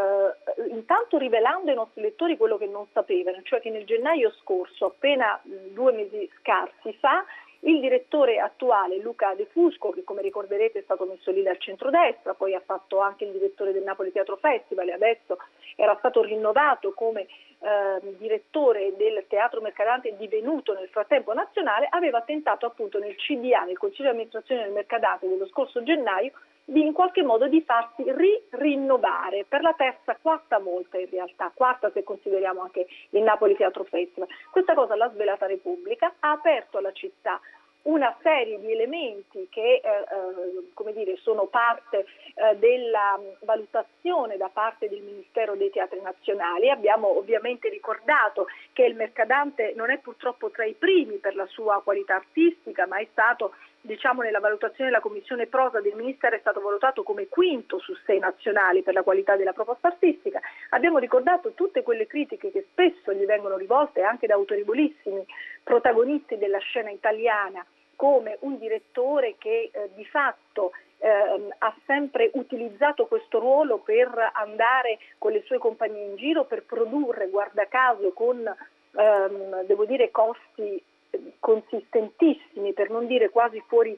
Uh, intanto rivelando ai nostri lettori quello che non sapevano, cioè che nel gennaio scorso, appena due mesi scarsi fa, Il direttore attuale, Luca De Fusco, che come ricorderete è stato messo lì dal centrodestra, poi ha fatto anche il direttore del Napoli Teatro Festival e adesso era stato rinnovato come eh, direttore del Teatro Mercadante, divenuto nel frattempo nazionale, aveva tentato appunto nel C D A, nel Consiglio di amministrazione del Mercadante dello scorso gennaio, di in qualche modo di farsi ri-rinnovare per la terza, quarta volta in realtà, quarta se consideriamo anche il Napoli Teatro Festival. Questa cosa l'ha svelata Repubblica, ha aperto alla città una serie di elementi che eh, eh, come dire, sono parte eh, della valutazione da parte del Ministero dei Teatri Nazionali. Abbiamo ovviamente ricordato che il Mercadante non è purtroppo tra i primi per la sua qualità artistica, ma è stato, diciamo, nella valutazione della Commissione Prosa del Ministero è stato valutato come quinto su sei nazionali per la qualità della proposta artistica. Abbiamo ricordato tutte quelle critiche che spesso gli vengono rivolte anche da autorevolissimi protagonisti della scena italiana, come un direttore che eh, di fatto eh, ha sempre utilizzato questo ruolo per andare con le sue compagnie in giro, per produrre, guarda caso, con ehm, devo dire costi consistentissimi, per non dire quasi fuori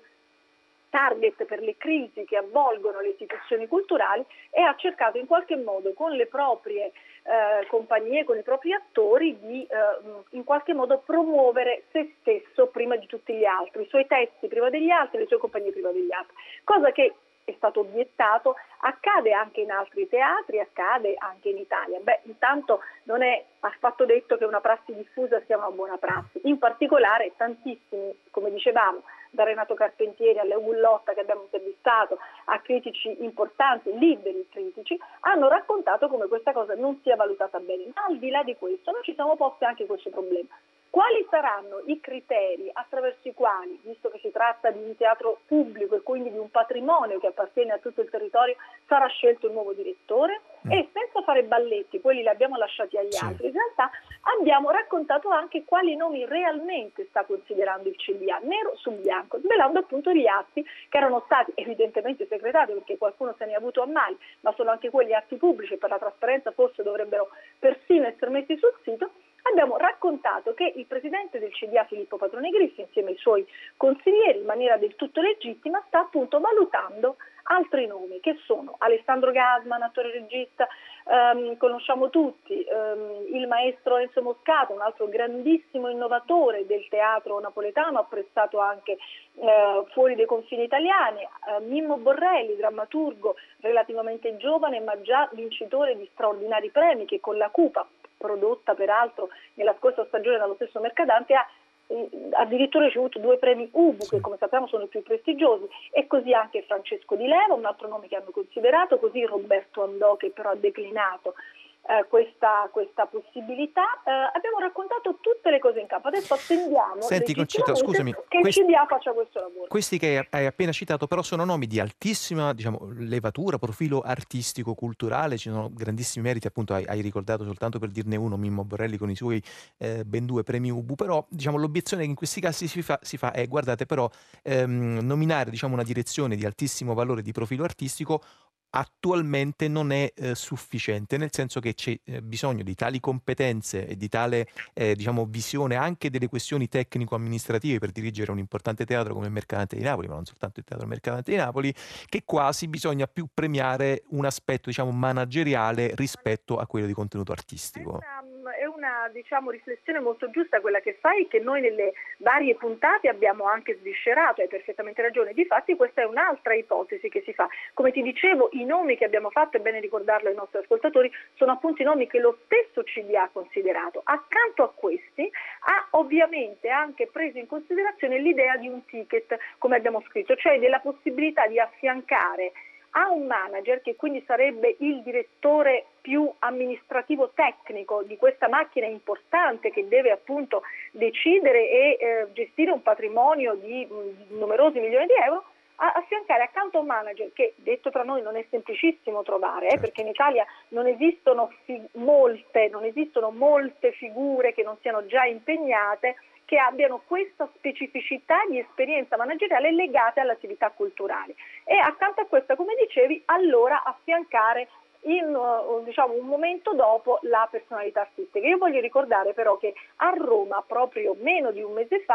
target per le crisi che avvolgono le istituzioni culturali, e ha cercato in qualche modo con le proprie eh, compagnie, con i propri attori di eh, in qualche modo promuovere se stesso prima di tutti gli altri, i suoi testi prima degli altri, le sue compagnie prima degli altri, cosa che è stato obiettato accade anche in altri teatri, accade anche in Italia. Beh, intanto non è affatto detto che una prassi diffusa sia una buona prassi, in particolare tantissimi, come dicevamo, da Renato Carpentieri alla Gullotta che abbiamo intervistato, a critici importanti, liberi critici, hanno raccontato come questa cosa non sia valutata bene. Ma al di là di questo noi ci siamo posti anche questo problema. Quali saranno i criteri attraverso i quali, visto che si tratta di un teatro pubblico e quindi di un patrimonio che appartiene a tutto il territorio, sarà scelto il nuovo direttore? Mm. E senza fare balletti, quelli li abbiamo lasciati agli sì. altri, in realtà abbiamo raccontato anche quali nomi realmente sta considerando il C D A, nero su bianco, svelando appunto gli atti che erano stati evidentemente segretati perché qualcuno se ne è avuto a male, ma sono anche quelli atti pubblici e per la trasparenza forse dovrebbero persino essere messi sul sito. Abbiamo raccontato che il presidente del C D A, Filippo Patrone Griffi, insieme ai suoi consiglieri, in maniera del tutto legittima, sta appunto valutando altri nomi, che sono Alessandro Gasman, attore regista, ehm, conosciamo tutti, ehm, il maestro Enzo Moscato, un altro grandissimo innovatore del teatro napoletano, apprezzato anche eh, fuori dai confini italiani, eh, Mimmo Borrelli, drammaturgo relativamente giovane ma già vincitore di straordinari premi, che con la Cupa, prodotta peraltro nella scorsa stagione dallo stesso Mercadante, ha eh, addirittura ricevuto due premi Ubu, che come sappiamo sono i più prestigiosi, e così anche Francesco Di Leva, un altro nome che hanno considerato, così Roberto Andò, che però ha declinato eh, questa, questa possibilità. Eh, abbiamo raccontato tutte le cose in campo, adesso attendiamo Senti, Concita, scusami, che questi, il C D A faccia questo lavoro. Questi che hai appena citato però sono nomi di altissima, diciamo, levatura, profilo artistico, culturale, ci sono grandissimi meriti, appunto hai, hai ricordato soltanto per dirne uno Mimmo Borrelli con i suoi eh, ben due premi Ubu, però diciamo l'obiezione che in questi casi si fa, si fa è guardate però ehm, nominare, diciamo, una direzione di altissimo valore di profilo artistico attualmente non è eh, sufficiente, nel senso che c'è eh, bisogno di tali competenze e di tale eh, diciamo, visione anche delle questioni tecnico-amministrative per dirigere un importante teatro come il Mercadante di Napoli, ma non soltanto il Teatro Mercadante di Napoli, che quasi bisogna più premiare un aspetto, diciamo, manageriale rispetto a quello di contenuto artistico. È una, diciamo, riflessione molto giusta quella che fai, che noi nelle varie puntate abbiamo anche sviscerato, hai perfettamente ragione. Difatti questa è un'altra ipotesi che si fa. Come ti dicevo, i nomi che abbiamo fatto, è bene ricordarlo ai nostri ascoltatori, sono appunto i nomi che lo stesso C D A ha considerato. Accanto a questi ha ovviamente anche preso in considerazione l'idea di un ticket, come abbiamo scritto, cioè della possibilità di affiancare a un manager, che quindi sarebbe il direttore più amministrativo tecnico di questa macchina importante che deve appunto decidere e eh, gestire un patrimonio di mh, numerosi milioni di euro, a affiancare accanto a un manager che, detto tra noi, non è semplicissimo trovare, eh, perché in Italia non esistono fi- molte, non esistono molte figure che non siano già impegnate, che abbiano questa specificità di esperienza manageriale legate alle attività culturali. E accanto a questa, come dicevi, allora affiancare in uh, diciamo un momento dopo la personalità artistica. Io voglio ricordare però che a Roma, proprio meno di un mese fa,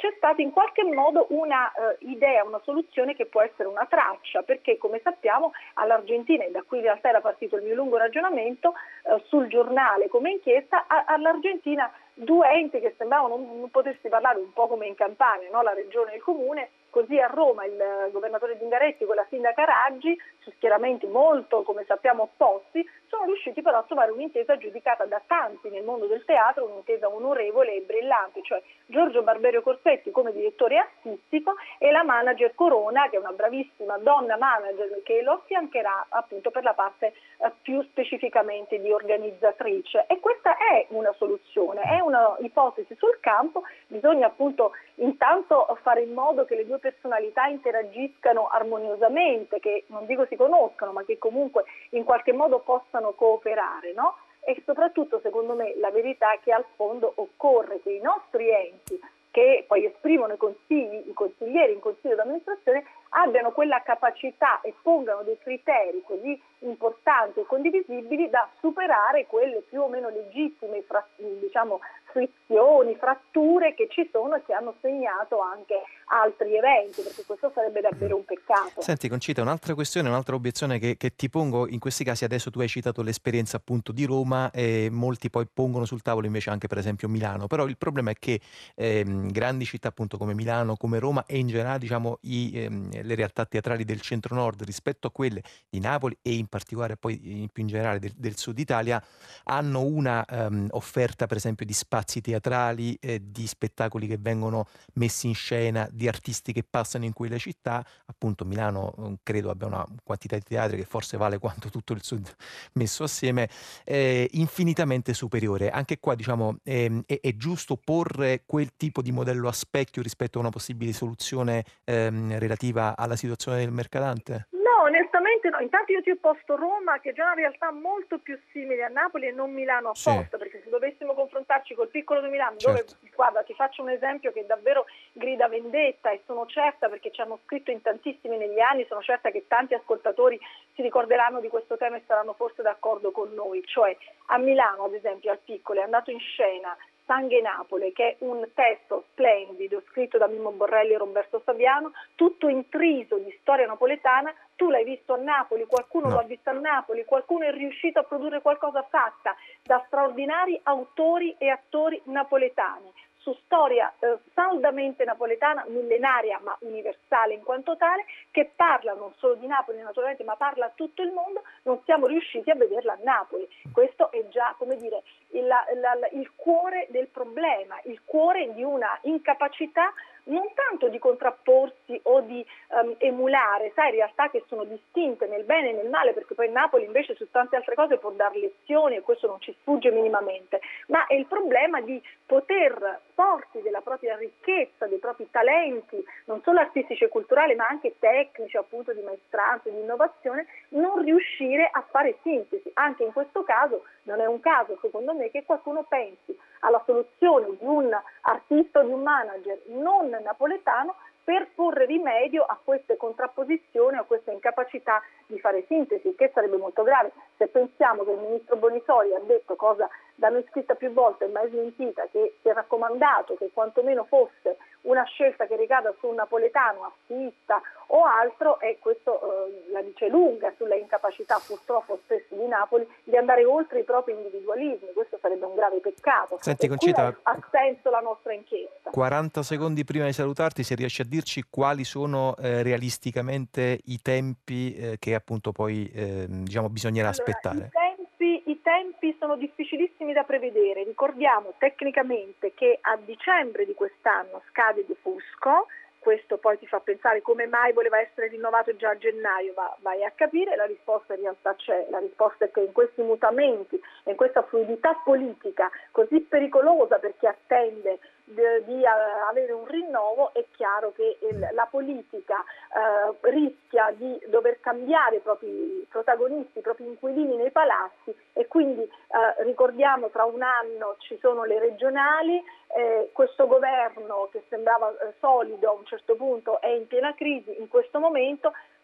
c'è stata in qualche modo una eh, idea, una soluzione che può essere una traccia, perché come sappiamo all'Argentina, e da qui in realtà era partito il mio lungo ragionamento, eh, sul giornale come inchiesta, a, all'Argentina due enti che sembravano non, non potersi parlare, un po' come in Campania, no? La regione e il comune. Così a Roma il governatore Zingaretti con la sindaca Raggi, su schieramenti molto, come sappiamo, opposti, sono riusciti però a trovare un'intesa giudicata da tanti nel mondo del teatro, un'intesa onorevole e brillante, cioè Giorgio Barberio Corsetti come direttore artistico e la manager Corona, che è una bravissima donna manager che lo affiancherà appunto per la parte eh, più specificamente di organizzatrice. E questa è una soluzione, è una ipotesi sul campo. Bisogna appunto intanto fare in modo che le due personalità interagiscano armoniosamente, che non dico si conoscano, ma che comunque in qualche modo possano cooperare, no? E soprattutto, secondo me, la verità è che al fondo occorre che i nostri enti, che poi esprimono i consigli, i consiglieri in consiglio d'amministrazione, abbiano quella capacità e pongano dei criteri così importanti e condivisibili da superare quelle più o meno legittime, fra, diciamo, frizioni, fratture che ci sono e che hanno segnato anche altri eventi, perché questo sarebbe davvero un peccato. Senti Concita, un'altra questione, un'altra obiezione che, che ti pongo in questi casi. Adesso tu hai citato l'esperienza appunto di Roma e molti poi pongono sul tavolo invece anche per esempio Milano, però il problema è che ehm, grandi città appunto come Milano, come Roma e in generale diciamo i, ehm, le realtà teatrali del centro-nord rispetto a quelle di Napoli e in particolare poi in, più in generale del, del sud Italia hanno una um, offerta per esempio di spazi teatrali, eh, di spettacoli che vengono messi in scena, di artisti che passano in quelle città. Appunto Milano um, credo abbia una quantità di teatri che forse vale quanto tutto il sud messo assieme, eh, infinitamente superiore. Anche qua diciamo ehm, è, è giusto porre quel tipo di modello a specchio rispetto a una possibile soluzione ehm, relativa alla situazione del mercatante? No, onestamente no. Intanto io ti ho posto Roma, che è già una realtà molto più simile a Napoli e non Milano apposta, sì. Perché se dovessimo confrontarci col piccolo di Milano, certo. Dove, guarda, ti faccio un esempio che davvero grida vendetta e sono certa, perché ci hanno scritto in tantissimi negli anni, sono certa che tanti ascoltatori si ricorderanno di questo tema e saranno forse d'accordo con noi. Cioè a Milano, ad esempio, al piccolo è andato in scena Sangue Napoli, che è un testo splendido scritto da Mimmo Borrelli e Roberto Saviano, tutto intriso di storia napoletana. Tu l'hai visto a Napoli, qualcuno no. Lo ha visto a Napoli, qualcuno è riuscito a produrre qualcosa fatta da straordinari autori e attori napoletani, su storia eh, saldamente napoletana, millenaria ma universale in quanto tale, che parla non solo di Napoli naturalmente, ma parla a tutto il mondo. Non siamo riusciti a vederla a Napoli. Questo è già, come dire, il, la, la, il cuore del problema, il cuore di una incapacità non tanto di contrapporsi o di um, emulare, sai, realtà che sono distinte nel bene e nel male, perché poi Napoli invece su tante altre cose può dar lezioni e questo non ci sfugge minimamente, ma è il problema di poter, forti della propria ricchezza, dei propri talenti, non solo artistici e culturali, ma anche tecnici, appunto di maestranza, di innovazione, non riuscire a fare sintesi. Anche in questo caso non è un caso, secondo me, che qualcuno pensi alla soluzione di un artista o di un manager non napoletano per porre rimedio a queste contrapposizioni, a questa incapacità di fare sintesi, che sarebbe molto grave. Se pensiamo che il ministro Bonisoli ha detto, cosa da noi scritta più volte e mai smentita, che si è raccomandato che quantomeno fosse una scelta che ricada su un napoletano, artista o altro, e questo eh, la dice lunga sulla incapacità purtroppo spesso di Napoli di andare oltre i propri individualismi. Questo sarebbe un grave peccato. Senti, e Concita, ha senso la nostra inchiesta. quaranta secondi prima di salutarti, se riesci a dirci quali sono eh, realisticamente i tempi eh, che appunto poi eh, diciamo bisognerà allora, aspettare. I tempi, I tempi sono difficilissimi da prevedere. Ricordiamo tecnicamente che a dicembre di quest'anno scade De Fusco. Questo poi ti fa pensare come mai voleva essere rinnovato già a gennaio, ma vai a capire. La risposta in realtà c'è, la risposta è che in questi mutamenti, in questa fluidità politica così pericolosa per chi attende di, di uh, avere un rinnovo, è chiaro che il, la politica uh, rischia di dover cambiare i propri protagonisti, i propri inquilini nei palazzi, e quindi uh, ricordiamo tra un anno ci sono le regionali. Eh, questo governo che sembrava eh, solido a un certo punto è in piena crisi in questo momento.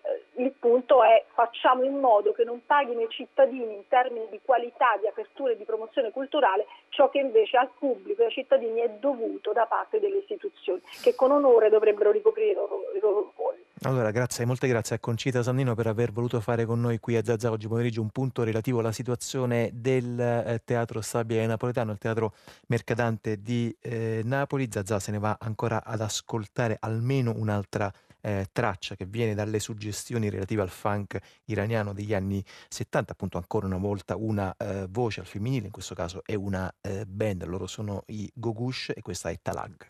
il punto è: facciamo in modo che non paghino i cittadini in termini di qualità, di apertura e di promozione culturale ciò che invece al pubblico e ai cittadini è dovuto da parte delle istituzioni, che con onore dovrebbero ricoprire i loro, i loro ruoli. Allora, grazie, molte grazie a Concita Sannino per aver voluto fare con noi qui a Zazà oggi pomeriggio un punto relativo alla situazione del eh, Teatro Stabile Napoletano, il teatro mercadante di eh, Napoli. Zazà se ne va ancora ad ascoltare almeno un'altra eh, traccia che viene dalle suggestioni relative al funk iraniano degli anni settanta, appunto ancora una volta una eh, voce al femminile, in questo caso è una eh, band, loro sono i Gogush e questa è Talag.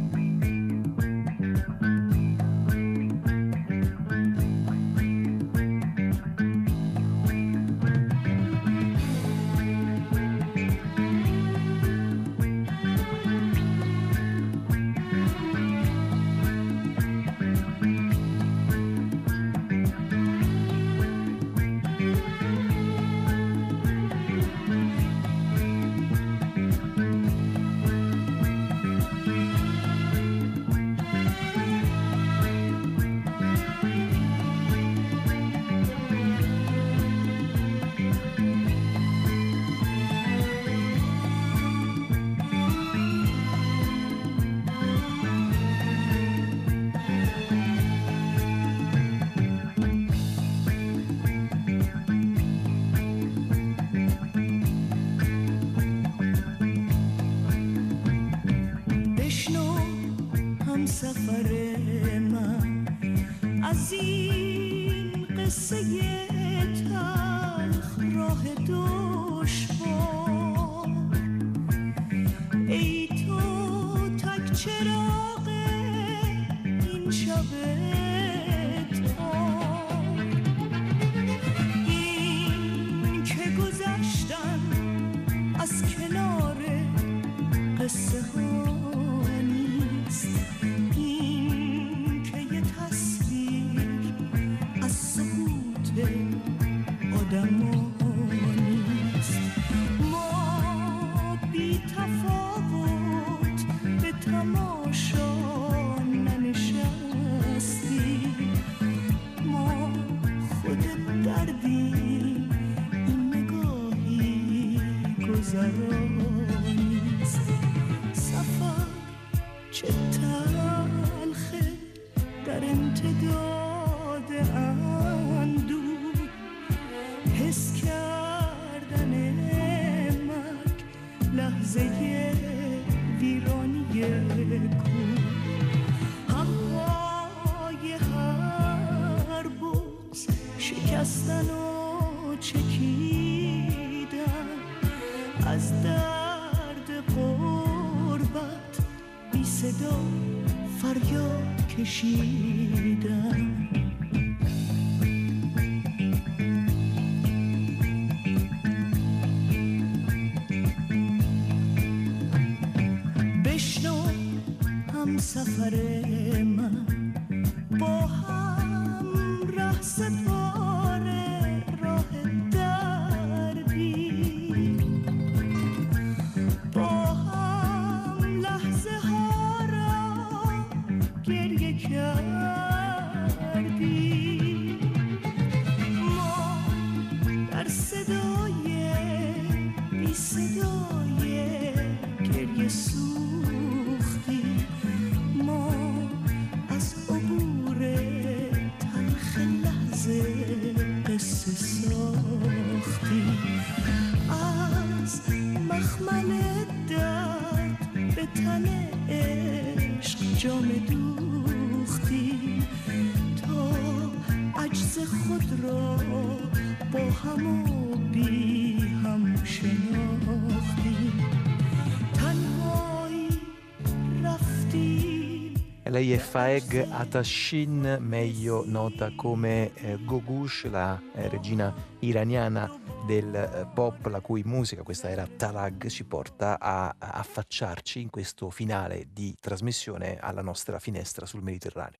Lei è Faeg Atashin, meglio nota come eh, Gogush, la eh, regina iraniana del eh, pop, la cui musica, questa era Talag, ci porta a, a affacciarci in questo finale di trasmissione alla nostra finestra sul Mediterraneo.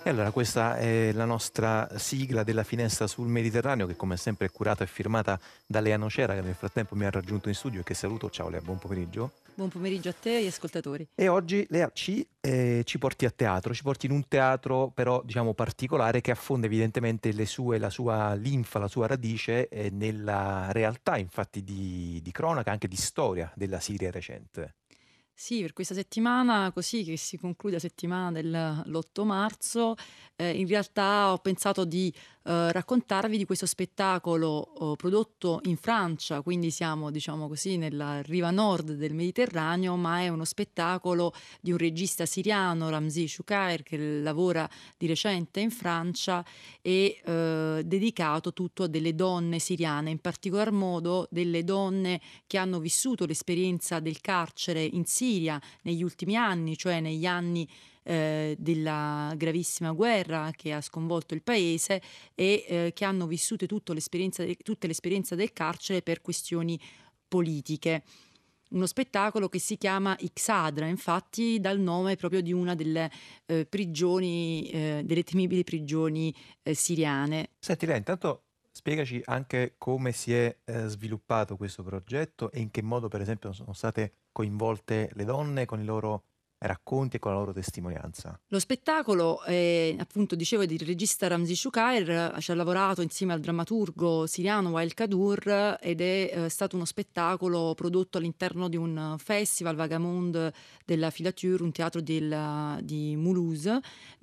E allora questa è la nostra sigla della Finestra sul Mediterraneo, che come sempre è curata e firmata da Lea Nocera, che nel frattempo mi ha raggiunto in studio e che saluto. Ciao Lea, buon pomeriggio. Buon pomeriggio a te e agli ascoltatori. E oggi Lea ci, eh, ci porti a teatro, ci porti in un teatro però diciamo particolare, che affonda evidentemente le sue, la sua linfa, la sua radice eh, nella realtà infatti di, di cronaca, anche di storia della Siria recente. Sì, per questa settimana, così che si conclude la settimana dell'otto marzo, eh, in realtà ho pensato di eh, raccontarvi di questo spettacolo eh, prodotto in Francia, quindi siamo, diciamo così, nella riva nord del Mediterraneo, ma è uno spettacolo di un regista siriano, Ramzi Shoukair, che lavora di recente in Francia e eh, dedicato tutto a delle donne siriane, in particolar modo delle donne che hanno vissuto l'esperienza del carcere in Siria negli ultimi anni, cioè negli anni eh, della gravissima guerra che ha sconvolto il paese e eh, che hanno vissuto tutto l'esperienza de- tutta l'esperienza del carcere per questioni politiche. Uno spettacolo che si chiama Ixadra, infatti dal nome proprio di una delle eh, prigioni, eh, delle temibili prigioni eh, siriane. Senti Lea, intanto spiegaci anche come si è eh, sviluppato questo progetto e in che modo per esempio sono state coinvolte le donne con i loro racconti e con la loro testimonianza. Lo spettacolo, eh, appunto dicevo, del regista Ramzi Shoukair, ci ha lavorato insieme al drammaturgo siriano Wael Kadur ed è eh, stato uno spettacolo prodotto all'interno di un festival Vagabond della Filature, un teatro del, di Mulhouse,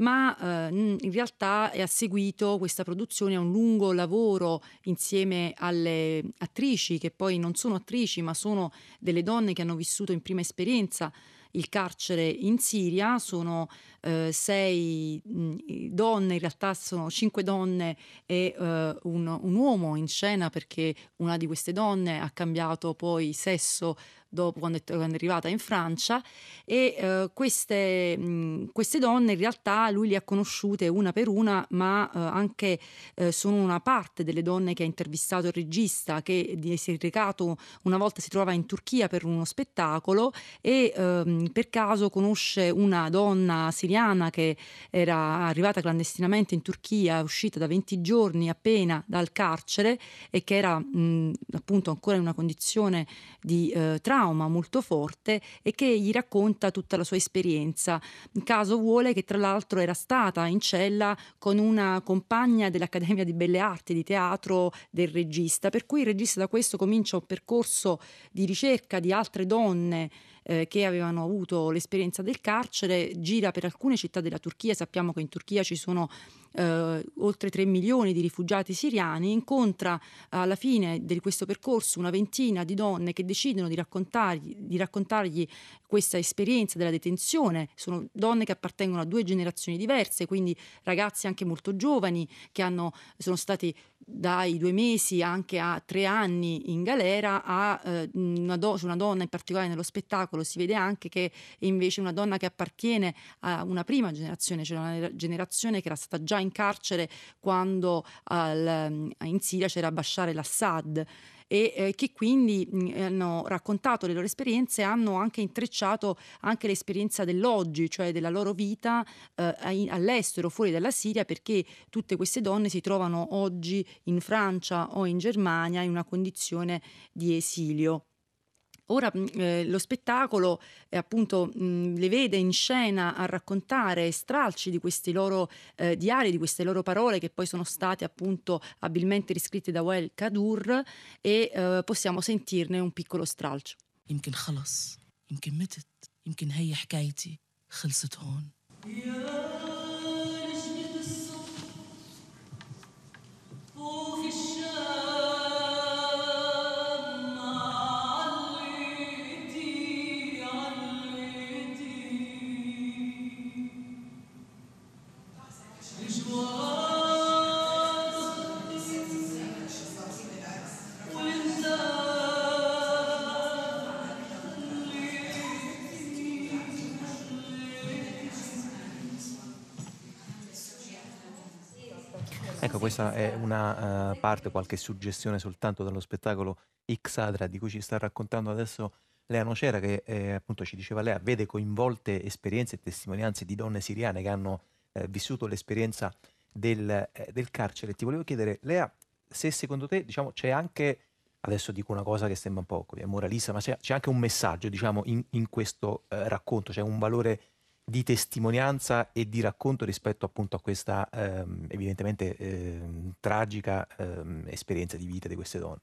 ma eh, in realtà ha seguito questa produzione a un lungo lavoro insieme alle attrici, che poi non sono attrici ma sono delle donne che hanno vissuto in prima esperienza il carcere in Siria. Sono eh, sei mh, donne, in realtà sono cinque donne e eh, un, un uomo in scena, perché una di queste donne ha cambiato poi sesso dopo, quando è, quando è arrivata in Francia, e eh, queste, mh, queste donne in realtà lui le ha conosciute una per una, ma eh, anche eh, sono una parte delle donne che ha intervistato il regista, che si è recato una volta, si trovava in Turchia per uno spettacolo e ehm, per caso conosce una donna siriana che era arrivata clandestinamente in Turchia, uscita da venti giorni appena dal carcere e che era mh, appunto ancora in una condizione di eh, trauma molto forte, e che gli racconta tutta la sua esperienza. Il caso vuole che tra l'altro era stata in cella con una compagna dell'Accademia di Belle Arti di teatro del regista, per cui il regista da questo comincia un percorso di ricerca di altre donne eh, che avevano avuto l'esperienza del carcere, gira per alcune città della Turchia. Sappiamo che in Turchia ci sono eh, oltre tre milioni di rifugiati siriani, incontra alla fine di questo percorso una ventina di donne che decidono di raccontargli, di raccontargli questa esperienza della detenzione. Sono donne che appartengono a due generazioni diverse, quindi ragazzi anche molto giovani che hanno, sono stati dai due mesi anche a tre anni in galera, a eh, una, do- una donna in particolare nello spettacolo si vede anche che è invece una donna che appartiene a una prima generazione, cioè una generazione che era stata già in carcere quando al, in Siria c'era Bashar al-Assad, e eh, che quindi mh, hanno raccontato le loro esperienze, hanno anche intrecciato anche l'esperienza dell'oggi, cioè della loro vita eh, all'estero, fuori dalla Siria, perché tutte queste donne si trovano oggi in Francia o in Germania in una condizione di esilio. Ora eh, lo spettacolo eh, appunto mh, le vede in scena a raccontare stralci di questi loro eh, diari, di queste loro parole, che poi sono state appunto abilmente riscritte da Wael Kadur, e eh, possiamo sentirne un piccolo stralcio. يمكن خلص يمكن متت يمكن هي حكايتي خلصت هون. Ecco, questa è una uh, parte, qualche suggestione soltanto dallo spettacolo Ixadra di cui ci sta raccontando adesso Lea Nocera, che eh, appunto ci diceva Lea, vede coinvolte esperienze e testimonianze di donne siriane che hanno eh, vissuto l'esperienza del, eh, del carcere. Ti volevo chiedere, Lea, se secondo te, diciamo, c'è anche, adesso dico una cosa che sembra un po' moralista, ma c'è, c'è anche un messaggio, diciamo, in, in questo eh, racconto, c'è un valore di testimonianza e di racconto rispetto appunto a questa ehm, evidentemente ehm, tragica ehm, esperienza di vita di queste donne.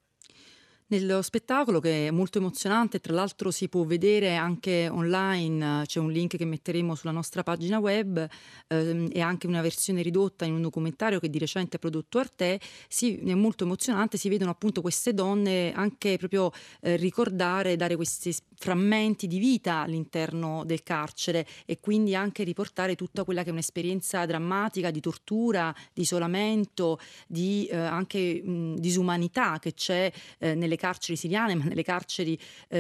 Nello spettacolo, che è molto emozionante, tra l'altro si può vedere anche online, c'è un link che metteremo sulla nostra pagina web, ehm, e anche una versione ridotta in un documentario che di recente ha prodotto Arte. Si, è molto emozionante, si vedono appunto queste donne anche proprio eh, ricordare, dare questi frammenti di vita all'interno del carcere e quindi anche riportare tutta quella che è un'esperienza drammatica di tortura, di isolamento, di eh, anche mh, disumanità che c'è eh, nelle carceri siriane, ma nelle carceri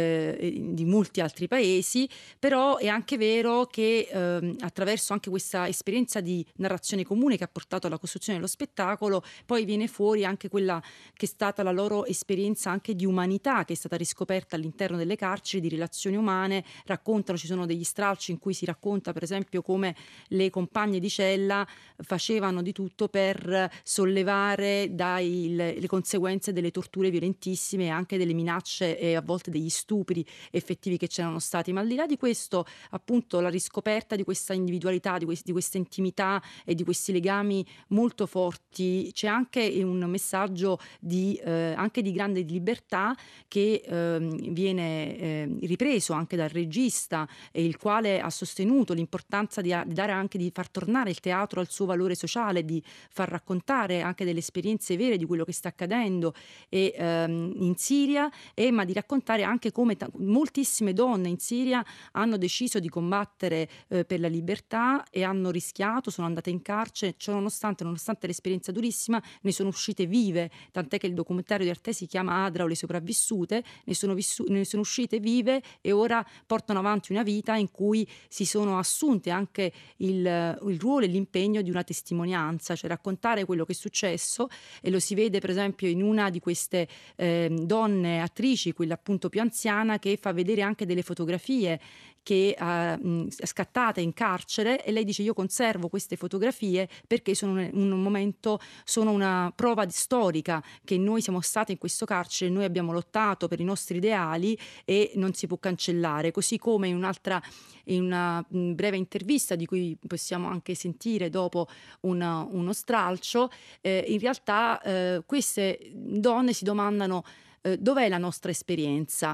eh, di molti altri paesi. Però è anche vero che eh, attraverso anche questa esperienza di narrazione comune che ha portato alla costruzione dello spettacolo, poi viene fuori anche quella che è stata la loro esperienza anche di umanità che è stata riscoperta all'interno delle carceri, di relazioni umane. Raccontano, ci sono degli stralci in cui si racconta per esempio come le compagne di cella facevano di tutto per sollevare dai le, le conseguenze delle torture violentissime, anche delle minacce e a volte degli stupri effettivi che c'erano stati. Ma al di là di questo, appunto, la riscoperta di questa individualità, di, quest- di questa intimità e di questi legami molto forti, c'è anche un messaggio di, eh, anche di grande libertà che eh, viene eh, ripreso anche dal regista, eh, il quale ha sostenuto l'importanza di, di dare anche di far tornare il teatro al suo valore sociale, di far raccontare anche delle esperienze vere di quello che sta accadendo e ehm, in Siria, e ma di raccontare anche come ta- moltissime donne in Siria hanno deciso di combattere eh, per la libertà e hanno rischiato, sono andate in carcere, ciò nonostante, nonostante l'esperienza durissima, ne sono uscite vive, tant'è che il documentario di Arte si chiama Adra o le sopravvissute, ne sono, vissu- ne sono uscite vive e ora portano avanti una vita in cui si sono assunte anche il, il ruolo e l'impegno di una testimonianza, cioè raccontare quello che è successo. E lo si vede per esempio in una di queste eh, donne attrici, quella appunto più anziana, che fa vedere anche delle fotografie che ha uh, scattate in carcere, e lei dice: io conservo queste fotografie perché sono un, un momento, sono una prova di, storica che noi siamo stati in questo carcere, noi abbiamo lottato per i nostri ideali e non si può cancellare. Così come in un'altra, in una breve intervista di cui possiamo anche sentire dopo una, uno stralcio, eh, in realtà eh, queste donne si domandano eh, dov'è la nostra esperienza.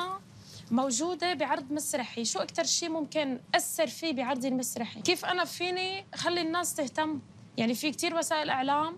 موجودة بعرض مسرحي، شو أكتر شيء ممكن أثر فيه بعرضي المسرحي؟ كيف أنا فيني أخلي الناس تهتم؟ يعني في كتير وسائل إعلام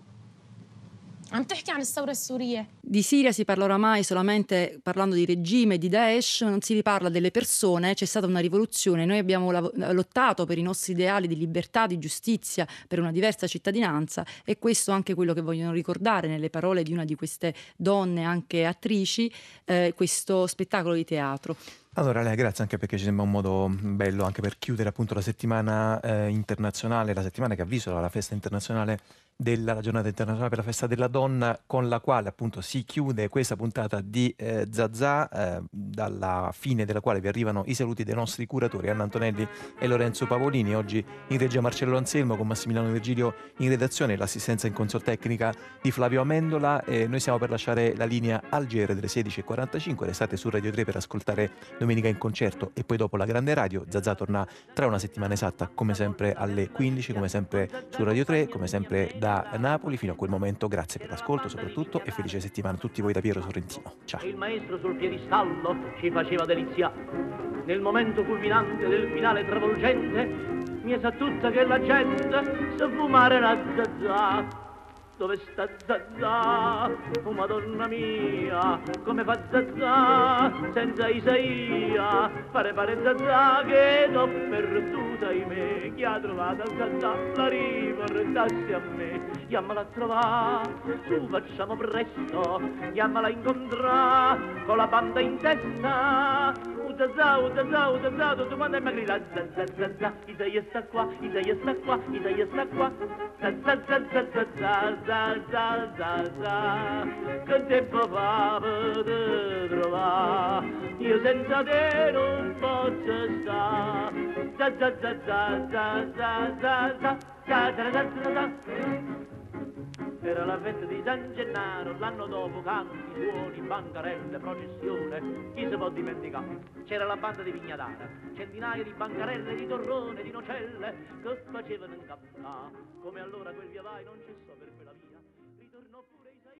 عم تحكي عن الثورة السورية. Di Siria si parla oramai solamente parlando di regime, di Daesh, non si riparla delle persone. C'è stata una rivoluzione, noi abbiamo lav- lottato per i nostri ideali di libertà, di giustizia, per una diversa cittadinanza, e questo è anche quello che vogliono ricordare nelle parole di una di queste donne, anche attrici, eh, questo spettacolo di teatro. Allora Lea, grazie, anche perché ci sembra un modo bello anche per chiudere appunto la settimana eh, internazionale, la settimana che ha visto la festa internazionale della la giornata internazionale per la festa della donna, con la quale appunto si chiude questa puntata di eh, Zazà, eh, dalla fine della quale vi arrivano i saluti dei nostri curatori Anna Antonelli e Lorenzo Pavolini. Oggi in regia Marcello Anselmo, con Massimiliano Virgilio in redazione, l'assistenza in console tecnica di Flavio Amendola, e noi stiamo per lasciare la linea al G R delle sedici e quarantacinque. Restate su Radio tre per ascoltare Domenica in Concerto e poi dopo la Grande Radio. Zazà torna tra una settimana esatta, come sempre alle quindici, come sempre su Radio tre, come sempre da Napoli. Fino a quel momento grazie per l'ascolto soprattutto, e felice settimana a tutti voi da Piero Sorrentino. Ciao. Il maestro sul piedistallo ci faceva delizia. Nel momento culminante del finale travolgente mi sa tutta che la gente sa fumare la Zazà. Dove sta Zazà? Oh Madonna mia, come fa Zazà senza Isaia? Pare pare Zazà che l'ho perduta, ahimè. Chi ha trovato Zazà la riportassi a me. Chiamala a trovare, su facciamo presto, chiamala a incontrare con la banda in testa. Zazà, Zazà, Zazà, tutto quanto è magrila. Zazà, Zazà, Isaia sta qua, Isaia sta qua, Isaia sta qua. Zazà, Zazà, Zazà, Zazà, Zazà, che tempo fa per trovare, io senza te non posso stare. za za za za za za za za za za za za. Era la festa di San Gennaro, l'anno dopo canti, suoni, bancarelle, processione, chi si può dimenticare? C'era la banda di Vignadara, centinaia di bancarelle, di torrone, di nocelle, che facevano incappare, come allora quel via vai non cessò per quella via, ritornò pure